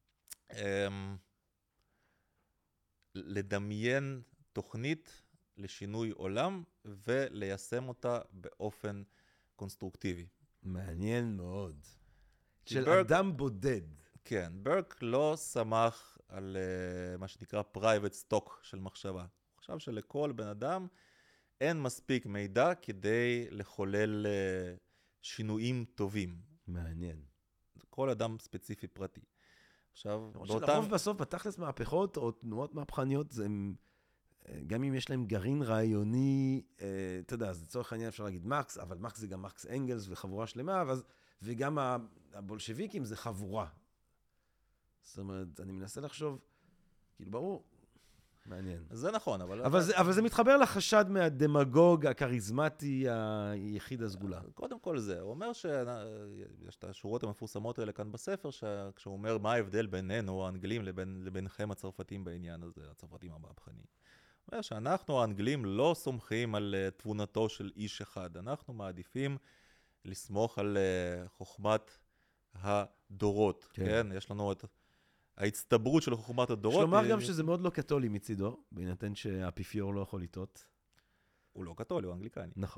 לדמיין תוכנית לשינוי עולם וליישם אותה באופן קונסטרוקטיבי. מעניין מאוד. של אדם בודד. כן, ברק לא שמח על מה שנקרא private stock של מחשבה. הוא חשב שלכל בן אדם אין מספיק מידע כדי לחולל שינויים טובים. מעניין. כל אדם ספציפי פרטי. עכשיו, לרוב בסוף בתכלס מהפכות או תנועות מהפכניות, זה גם אם יש להם גרעין רעיוני, אתה יודע, אז לצורך העניין אפשר להגיד מקס, אבל מקס זה גם מקס אנגלס וחבורה שלמה, וגם הבולשביקים זה חבורה. זאת אומרת, אני מנסה לחשוב, כאילו ברור, מעניין. זה נכון, אבל זה מתחבר לחשד מהדמגוג הכריזמטי היחיד הסגולה. קודם כל זה, הוא אומר שיש את השורות המפורסמות האלה כאן בספר, כשהוא אומר מה ההבדל בינינו, האנגלים, לבינכם הצרפתים בעניין הזה, הצרפתים המהפכניים. הוא אומר שאנחנו האנגלים לא סומכים על תבונתו של איש אחד, אנחנו מעדיפים לסמוך על חוכמת הדורות, כן? יש לנו את ההצטברות של חוכמת הדורות. שלומר גם שזה מאוד לא קתולי מצידו, בהינתן שהאפיפיור לא יכול לטעות. הוא לא קתולי, הוא אנגליקני. נכון.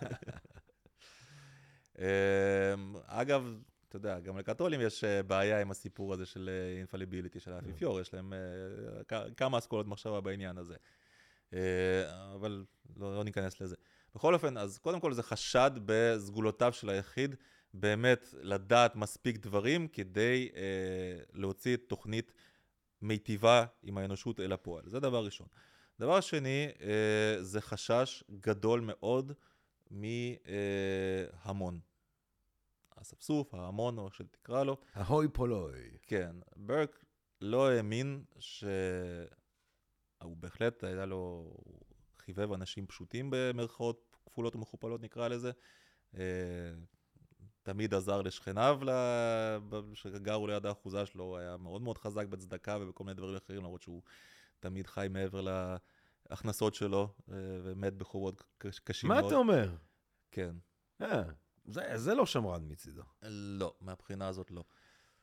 אגב, אתה יודע, גם לקתולים יש בעיה עם הסיפור הזה של אינפליביליטי של האפיפיור, יש להם כמה אסכולות מחשבה בעניין הזה. אבל לא ניכנס לזה. בכל אופן, אז קודם כל זה חשד בסגולותיו של היחיד, באמת לדעת מספיק דברים כדי להוציא תוכנית מיטיבה עם האנושות אל הפועל. זה דבר ראשון. דבר שני, זה חשש גדול מאוד מהמון. הספסוף, ההמון, או שתקרא לו. ההוי פולוי. כן. ברק לא האמין שהוא בהחלט, היה לו חיבב אנשים פשוטים במרכאות כפולות ומכופלות, נקרא לזה. תמיד עזר לשכניו שגרו ליד האחוזה שלו, הוא היה מאוד מאוד חזק בצדקה ובכל מיני דברים אחרים, למרות שהוא תמיד חי מעבר להכנסות שלו, ומת בחובות קשים מאוד. מה אתה אומר? כן. זה לא שמרן מצידו. לא, מהבחינה הזאת לא.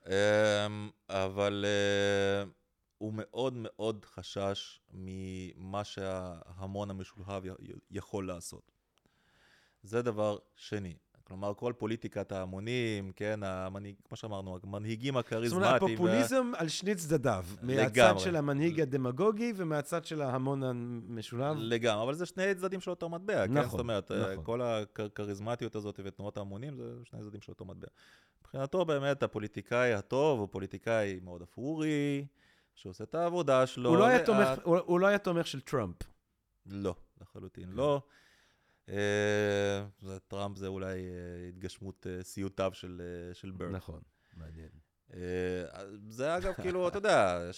אבל הוא מאוד מאוד חשש ממה שההמון המשולהב יכול לעשות. זה דבר שני. כלומר, כל פוליטיקת ההמונים, כן, כמו שאמרנו, המנהיגים הכריזמטיים. זאת אומרת, הפופוליזם על שני צדדיו. מהצד של המנהיג הדמגוגי ומהצד של ההמון המשולב. לגמרי, אבל זה שני צדדים של אותו מטבע. נכון, כן? זאת אומרת, נכון. כל הכריזמטיות הזאת ותנועות ההמונים, זה שני צדדים של אותו מטבע. מבחינתו באמת, הפוליטיקאי הטוב הוא פוליטיקאי מאוד אפרורי, שעושה את העבודה שלו. הוא לא היה תומך של טראמפ. לא, לחלוטין לא. טראמפ זה אולי התגשמות סיוטיו של ברק. נכון, מעניין. זה אגב, כאילו, אתה יודע,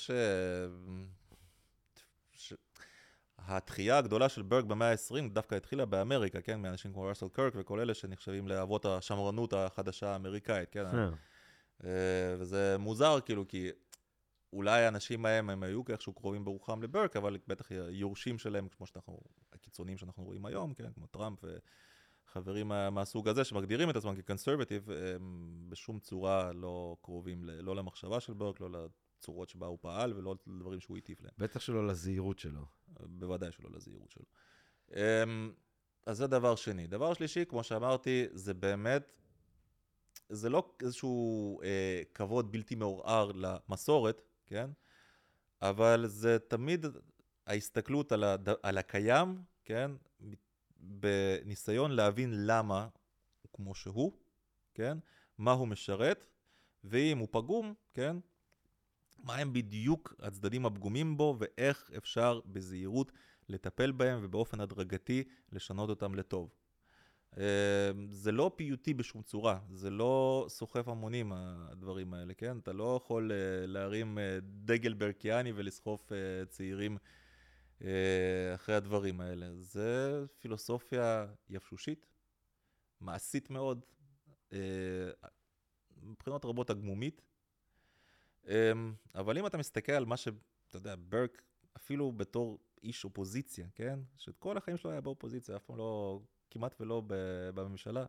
התחייה הגדולה של ברק במאה ה-20 דווקא התחילה באמריקה, כן? מאנשים כמו ראסל קרק וכל אלה שנחשבים לאבות השמרנות החדשה האמריקאית, כן? וזה מוזר, כאילו, כי אולי האנשים מהם הם היו כאיכשהו קרובים ברוחם לברק, אבל בטח יורשים שלהם, כמו הקיצונים שאנחנו רואים היום, כן? כמו טראמפ וחברים מהסוג הזה, שמגדירים את עצמם כקונסרבטיב, הם בשום צורה לא קרובים, לא למחשבה של ברק, לא צורות שבה הוא פעל, ולא לדברים שהוא היטיב להם. בטח שלא לזהירות שלו. בוודאי שלא לזהירות שלו. אז זה דבר שני. דבר שלישי, כמו שאמרתי, זה באמת, זה לא איזשהו כבוד בלתי מעורער למסורת, כן? אבל זה תמיד ההסתכלות על הקיים, כן? בניסיון להבין למה הוא כמו שהוא, כן? מה הוא משרת, ואם הוא פגום, כן? מה הם בדיוק הצדדים הפגומים בו, ואיך אפשר בזהירות לטפל בהם, ובאופן הדרגתי לשנות אותם לטוב. זה לא פיוטי בשום צורה, זה לא סוחף המונים הדברים האלה, כן? אתה לא יכול להרים דגל ברקיאני ולסחוף צעירים אחרי הדברים האלה. זה פילוסופיה יבשושית, מעשית מאוד, מבחינות רבות הגמומית, אבל אם אתה מסתכל על מה שאתה יודע, ברק, אפילו בתור איש אופוזיציה, כן? שאת כל החיים שלו היה באופוזיציה, אף פעם לא, כמעט ולא בממשלה,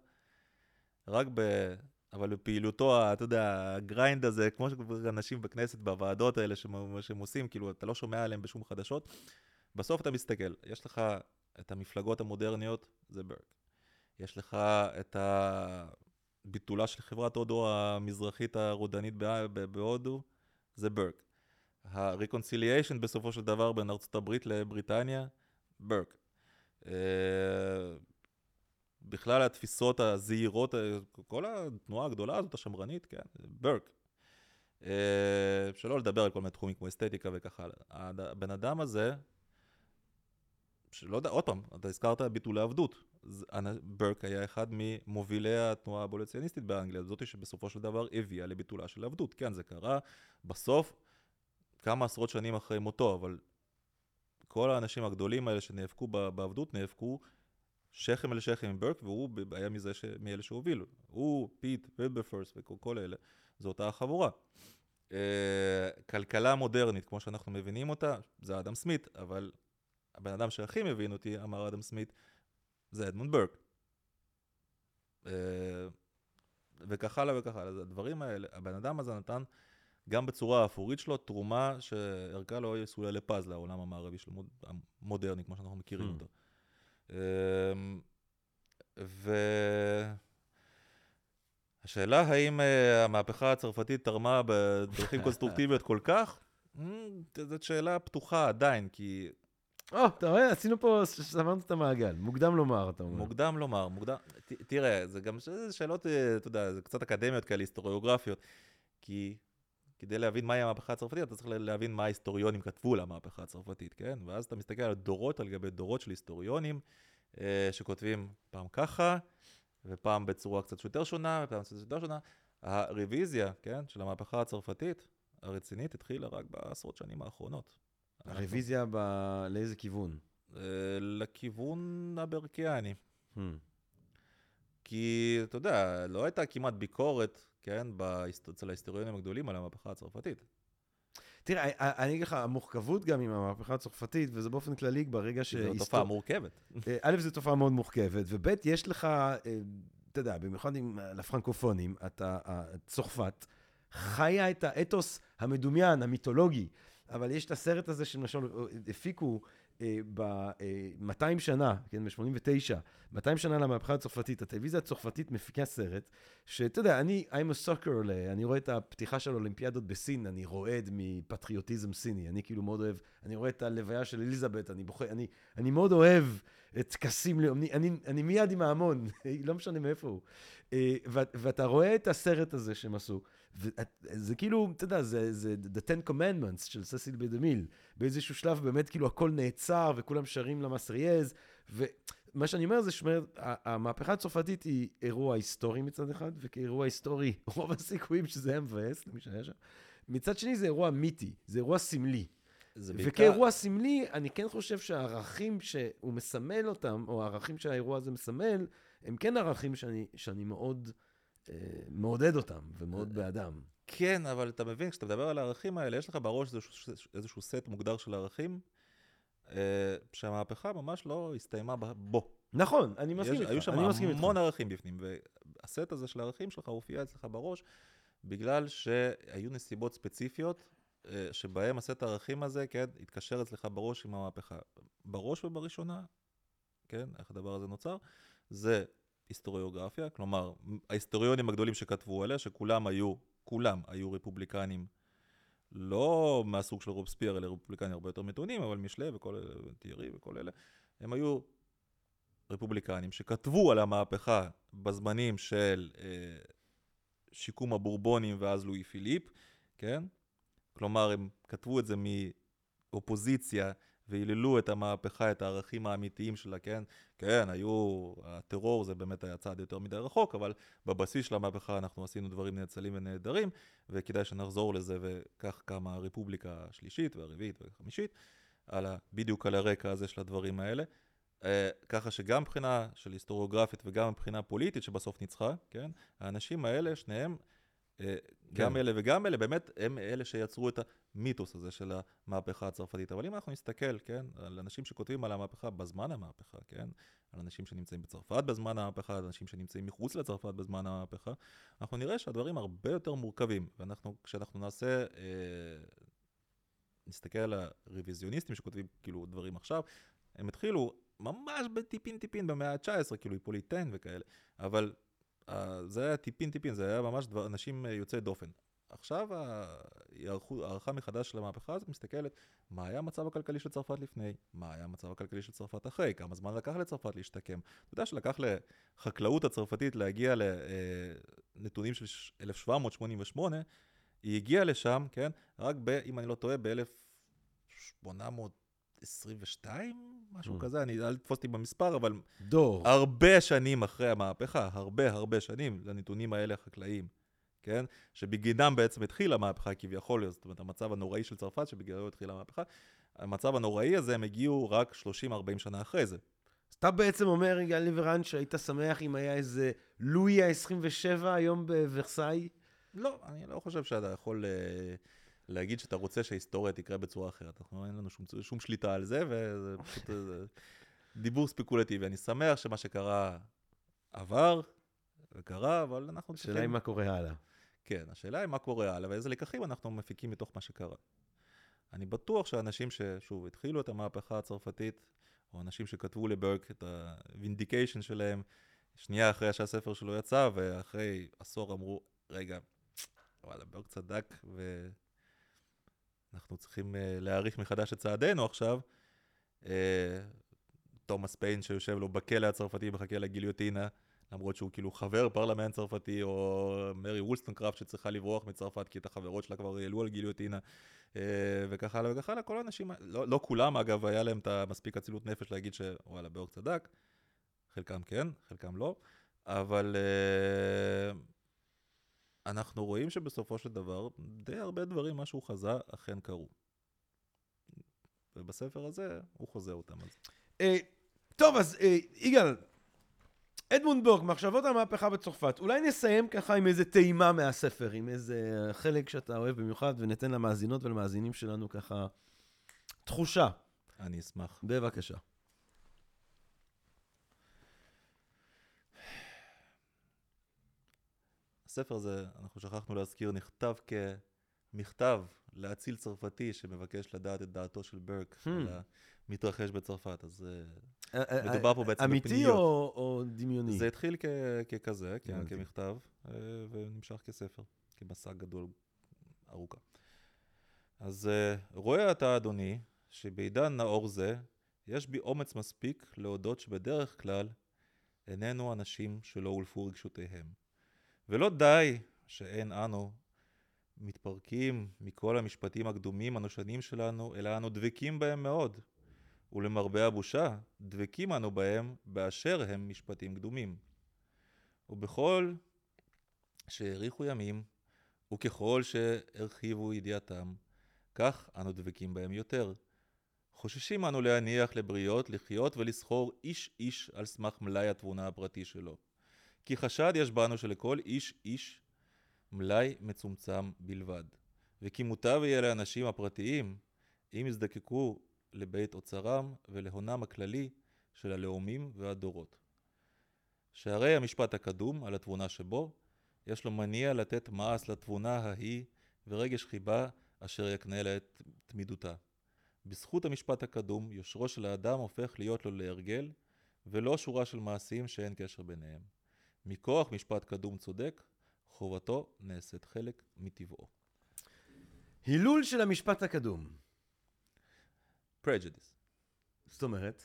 אבל בפעילותו, אתה יודע, הגריינד הזה, כמו שאנשים בכנסת, בוועדות האלה שהם עושים, כאילו, אתה לא שומע עליהם בשום חדשות, בסוף אתה מסתכל, יש לך את המפלגות המודרניות, זה ברק. יש לך את ביטולה של חברת הודו המזרחית הרודנית בהודו, זה ברק. ה-reconciliation בסופו של דבר בין ארצות הברית לבריטניה, ברק. בכלל התפיסות הזהירות, כל התנועה הגדולה הזאת, השמרנית, כן, ברק. שלא לדבר על כל מיני תחומים כמו אסתטיקה וככה. הבן אדם הזה, שלא יודע, עוד פעם, אתה הזכרת ביטולי עבדות. ברק היה אחד ממובילי התנועה האבולוציוניסטית באנגליה, זאת שבסופו של דבר הביאה לביטולה של עבדות. כן, זה קרה בסוף כמה עשרות שנים אחרי מותו, אבל כל האנשים הגדולים האלה שנאבקו בעבדות, נאבקו שכם אל שכם עם ברק, והוא היה מאלה שהובילו. הוא, פיט, וילברפורס וכל אלה, זו אותה החבורה. כלכלה מודרנית, כמו שאנחנו מבינים אותה, זה אדם סמית, אבל הבן אדם שהכי מבין אותי, אמר אדם סמית, זה אדמונד ברק. וכך הלאה וכך הלאה. הדברים האלה, הבן אדם הזה נתן גם בצורה האפורית שלו, תרומה שערכה לו יסולה לפז לעולם המערבי של המודרני, כמו שאנחנו מכירים אותו. והשאלה האם המהפכה הצרפתית תרמה בדרכים קונסטרוקטיביות כל כך, זאת שאלה פתוחה עדיין, כי אתה רואה, עשינו פה, סמרנו את המעגל. מוקדם לומר, אתה אומר. מוקדם לומר, תראה, זה גם שאלות, אתה יודע, זה קצת אקדמיות כאלה, היסטוריוגרפיות, כי כדי להבין מהי המהפכה הצרפתית, אתה צריך להבין מה ההיסטוריונים כתבו למהפכה הצרפתית, כן? ואז אתה מסתכל על דורות על גבי דורות של היסטוריונים, שכותבים פעם ככה, ופעם בצורה קצת יותר שונה, ופעם קצת יותר שונה. הרוויזיה, כן, של המהפכה הצרפתית, הרצינית, התחילה רק בעשרות שנים האחרונות. הרוויזיה לאיזה כיוון? לכיוון הברקיאני. כי, אתה יודע, לא הייתה כמעט ביקורת, כן, אצל ההיסטוריונים הגדולים על המהפכה הצרפתית. תראה, אני אגיד לך, המורכבות גם עם המהפכה הצרפתית, וזה באופן כללי ברגע זו תופעה מורכבת. א', זו תופעה מאוד מורכבת, וב', יש לך, אתה יודע, במיוחד עם לפרנקופונים, צרפת חיה את האתוס המדומיין, המיתולוגי, אבל יש את הסרט הזה שלמשל הפיקו ב-200 שנה, כן, ב-89, 200 שנה למהפכה הצרפתית, הטלוויזיה הצרפתית מפיקה סרט, שאתה יודע, I'm a sucker, אני רואה את הפתיחה של אולימפיאדות בסין, אני רועד מפטריוטיזם סיני, אני כאילו מאוד אוהב, אני רואה את הלוויה של אליזבת, אני מאוד אוהב את טקסים, אני מיד עם ההמון, לא משנה מאיפה הוא. ואתה רואה את הסרט הזה שהם עשו, וזה כאילו, אתה יודע, זה The Ten Commandments של ססיל בדמיל. באיזשהו שלב באמת כאילו הכל נעצר, וכולם שרים למסריאז, ומה שאני אומר זה המהפכה הצרפתית היא אירוע היסטורי מצד אחד, וכאירוע היסטורי, רוב הסיכויים שזה היה מבאס למי שהיה שם. מצד שני זה אירוע מיתי, זה אירוע סמלי. וכאירוע סמלי, אני כן חושב שהערכים שהוא מסמל אותם, או הערכים שהאירוע הזה מסמל, הם כן ערכים שאני מאוד מעודד אותם, ומאוד באדם. כן, אבל אתה מבין, כשאתה מדבר על הערכים האלה, יש לך בראש איזשהו סט מוגדר של הערכים, שהמהפכה ממש לא הסתיימה בו. נכון, אני מסכים איתך. היו שם המון ערכים בפנים, והסט הזה של הערכים שלך הופיע אצלך בראש, בגלל שהיו נסיבות ספציפיות, שבהם הסט הערכים הזה, כן, התקשר אצלך בראש עם המהפכה. בראש ובראשונה, כן, איך הדבר הזה נוצר, זה היסטוריוגרפיה, כלומר, ההיסטוריונים הגדולים שכתבו עליה, שכולם היו רפובליקנים, לא מהסוג של רובספייר, אלא רפובליקנים הרבה יותר מתונים, אבל משלה וטיירי וכל אלה, הם היו רפובליקנים שכתבו על המהפכה בזמנים של שיקום הבורבונים ואז לואי פיליפ, כן? כלומר, הם כתבו את זה מאופוזיציה, והיללו את המהפכה, את הערכים האמיתיים שלה, כן? כן, הטרור זה באמת היה צעד יותר מדי רחוק, אבל בבסיס של המהפכה אנחנו עשינו דברים נאצלים ונהדרים, וכדאי שנחזור לזה, וכך קמה הרפובליקה השלישית והרביעית והחמישית, בדיוק על הרקע הזה של הדברים האלה. ככה שגם מבחינה של היסטוריוגרפית וגם מבחינה פוליטית שבסוף ניצחה, כן? האנשים האלה, שניהם, גם אלה וגם אלה, באמת הם אלה שיצרו את המיתוס הזה של המהפכה הצרפתית. אבל אם אנחנו נסתכל, כן, על אנשים שכותבים על המהפכה בזמן המהפכה, כן, על אנשים שנמצאים בצרפת בזמן המהפכה, על אנשים שנמצאים מחוץ לצרפת בזמן המהפכה, אנחנו נראה שהדברים הרבה יותר מורכבים. כשאנחנו נסתכל על הרוויזיוניסטים שכותבים כאילו דברים עכשיו, הם התחילו ממש בטיפין במאה ה-19, כאילו היפוליטן וכאלה, אבל זה היה טיפין, זה היה ממש אנשים יוצאי דופן. עכשיו הערכה מחדש של המהפכה הזאת מסתכלת, מה היה המצב הכלכלי של צרפת לפני? מה היה המצב הכלכלי של צרפת אחרי? כמה זמן לקח לצרפת להשתקם? אתה יודע שלקח לחקלאות הצרפתית להגיע לנתונים של 1788, היא הגיעה לשם, כן? רק אם אני לא טועה, ב-1822, משהו כזה, אני אל תפוס אותי במספר, אבל הרבה שנים אחרי המהפכה, הרבה שנים לנתונים האלה החקלאיים, כן? שבגינם בעצם התחילה המהפכה כביכול, זאת אומרת, המצב הנוראי של צרפת שבגללו התחילה המהפכה, המצב הנוראי הזה הם הגיעו רק 30-40 שנה אחרי זה. אז אתה בעצם אומר, יגאל ליברן, שהיית שמח אם היה איזה לואי ה-27 היום בוורסאי? לא, אני לא חושב שאתה יכול להגיד שאתה רוצה שההיסטוריה תקרה בצורה אחרת. אנחנו אין לנו שום שליטה על זה, וזה פשוט דיבור ספקולטיבי. אני שמח שמה שקרה עבר וקרה, אבל אנחנו צריכים... השאלה היא מה קורה הלאה. כן, השאלה היא מה קורה הלאה, ואיזה לקחים אנחנו מפיקים מתוך מה שקרה. אני בטוח שאנשים ששוב התחילו את המהפכה הצרפתית, או אנשים שכתבו לברק את הווינדיקיישן שלהם, שנייה אחרי שהספר שלו יצא, ואחרי עשור אמרו, רגע, וואלה, ברק צדק, ואנחנו צריכים להעריך מחדש את צעדינו עכשיו. תומאס פיין שיושב לו בכלא הצרפתי מחכה לגיליוטינה, למרות שהוא כאילו חבר פרלמנט צרפתי, או מרי וולסטונקראפט שצריכה לברוח מצרפת, כי את החברות שלה כבר העלו על גיליוטינה, וכך הלאה וכך הלאה. כל האנשים, לא כולם אגב, היה להם את מספיק אצילות נפש להגיד שוואלה, ברק צדק, חלקם כן, חלקם לא, אבל אנחנו רואים שבסופו של דבר, די הרבה דברים, מה שהוא חזה, אכן קרו. ובספר הזה, הוא חוזה אותם. טוב, אז יגאל, אדמונד ברק, מחשבות על המהפכה בצרפת. אולי נסיים ככה עם איזה טעימה מהספר, עם איזה חלק שאתה אוהב במיוחד, וניתן למאזינות ולמאזינים שלנו ככה תחושה. אני אשמח. בבקשה. הספר הזה, אנחנו שכחנו להזכיר, נכתב כמכתב להציל צרפתי שמבקש לדעת את דעתו של ברק על המתרחש בצרפת. אז מדובר פה בעצם בפניות. אמיתי או דמיוני? זה התחיל ככזה, כמכתב, ונמשך כספר, כמסע גדול ארוכה. אז רואה אתה, אדוני, שבעידן נאור זה, יש בי אומץ מספיק להודות שבדרך כלל איננו אנשים שלא הולפו רגשותיהם. ולא די שאין אנו מתפרקים מכל המשפטים הקדומים הנושנים שלנו, אלא אנו דבקים בהם מאוד. ולמרבה הבושה, דבקים אנו בהם באשר הם משפטים קדומים. ובכל שהאריכו ימים, וככל שהרחיבו ידיעתם, כך אנו דבקים בהם יותר. חוששים אנו להניח לבריות, לחיות ולסחור איש איש על סמך מלאי התבונה הפרטי שלו. כי חשד יש בנו שלכל איש איש מלאי מצומצם בלבד. וכי מוטב יהיה לאנשים הפרטיים, אם יזדקקו לבית אוצרם ולהונם הכללי של הלאומים והדורות. שהרי המשפט הקדום על התבונה שבו, יש לו מניע לתת מעש לתבונה ההיא ורגש חיבה אשר יקנה לה את תמידותה. בזכות המשפט הקדום, יושרו של האדם הופך להיות לו להרגל, ולא שורה של מעשים שאין קשר ביניהם. מכוח משפט קדום צודק, חובתו נעשית חלק מטבעו. הילול של המשפט הקדום. prejudice. זאת אומרת?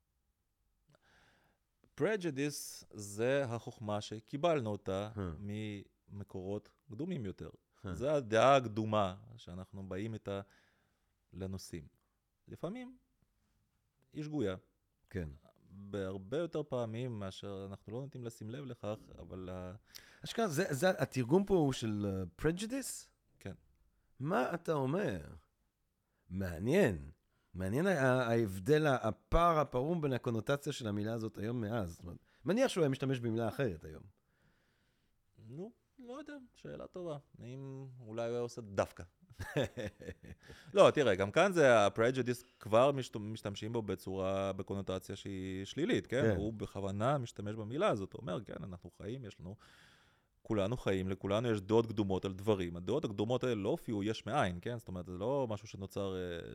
prejudice זה החוכמה שקיבלנו אותה ממקורות קדומים יותר. זה הדעה הקדומה שאנחנו באים איתה לנושאים. לפעמים היא שגויה. כן. בהרבה יותר פעמים מאשר אנחנו לא נוטים לשים לב לכך, אבל... אשכרה, התרגום פה הוא של prejudice? כן. מה אתה אומר? מעניין. מעניין ההבדל, הפער הפרום בין הקונוטציה של המילה הזאת היום מאז. זאת אומרת, מניח שהוא היה משתמש במילה אחרת היום. נו, לא יודע, שאלה טובה. אם אולי הוא היה עושה דווקא. לא, תראה, גם כאן זה ה-prejudice כבר משתמשים בו בקונוטציה שהיא שלילית, כן? הוא בכוונה משתמש במילה הזאת. הוא אומר, כן, אנחנו חיים, יש לנו... כולנו חיים, לכולנו יש דעות קדומות על דברים. הדעות הקדומות האלה לא הופיעו יש מאין, כן? זאת אומרת, זה לא משהו שנוצר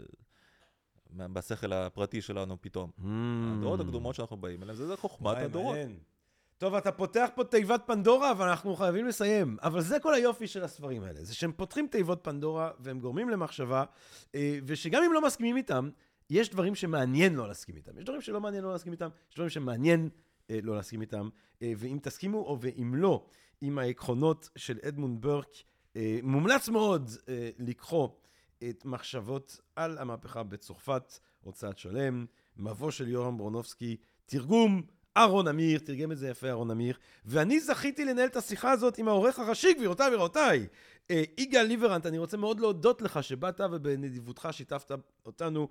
בשכל הפרטי שלנו פתאום. הדעות הקדומות שאנחנו באים אליהם, זה חוכמת הדורות. טוב, אתה פותח פה תיבת פנדורה, אבל אנחנו חייבים לסיים. אבל זה כל היופי של הספרים האלה. זה שהם פותחים תיבות פנדורה, והם גורמים למחשבה, ושגם אם לא מסכימים איתם, יש דברים שמעניין לא להסכים איתם. יש דברים שלא מעניין לא להסכים איתם, יש דברים שמעניין לא להסכים איתם, ואם תסכימו או ואם לא, עם העקרונות של אדמונד ברק, מומלץ מאוד לקחו את מחשבות על המהפכה בצרפת, הוצאת שלם, מבוא של יורם ברונובסקי, תרגום אהרון אמיר, תרגם את זה יפה אהרון אמיר, ואני זכיתי לנהל את השיחה הזאת עם העורך הראשי, גבירותיי ורבותיי, יגאל ליברנט. אני רוצה מאוד להודות לך שבאת ובנדיבותך שיתפת אותנו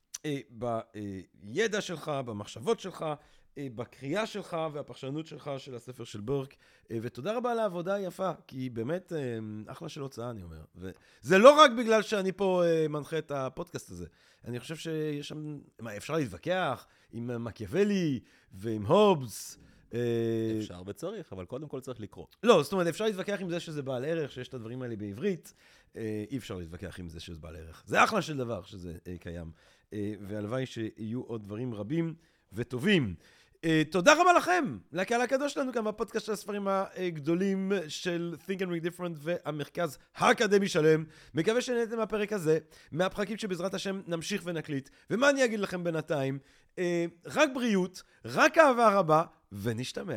בידע שלך, במחשבות שלך, בקריאה שלך והפרשנות שלך של הספר של ברק, ותודה רבה על העבודה היפה, כי באמת אחלה של הוצאה, אני אומר. וזה לא רק בגלל שאני פה מנחה את הפודקאסט הזה. אני חושב שיש שם, אפשר להתווכח עם מקיאוולי ועם הובס. אפשר וצריך, אבל קודם כל צריך לקרוא. לא, זאת אומרת, אפשר להתווכח עם זה שזה בעל ערך, שיש את הדברים האלה בעברית. אי אפשר להתווכח עם זה שזה בעל ערך. זה אחלה של דבר שזה קיים. והלוואי שיהיו עוד דברים רבים וטובים. תודה רבה לכם, לקהל הקדוש שלנו כאן בפודקאסט של הספרים הגדולים של Think and Read Different והמרכז האקדמי שלם. מקווה שנהנתם מהפרק הזה, מהפרקים שבעזרת השם נמשיך ונקליט. ומה אני אגיד לכם בינתיים? רק בריאות, רק אהבה רבה, ונשתמע.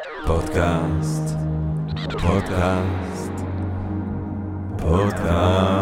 פודקאסט.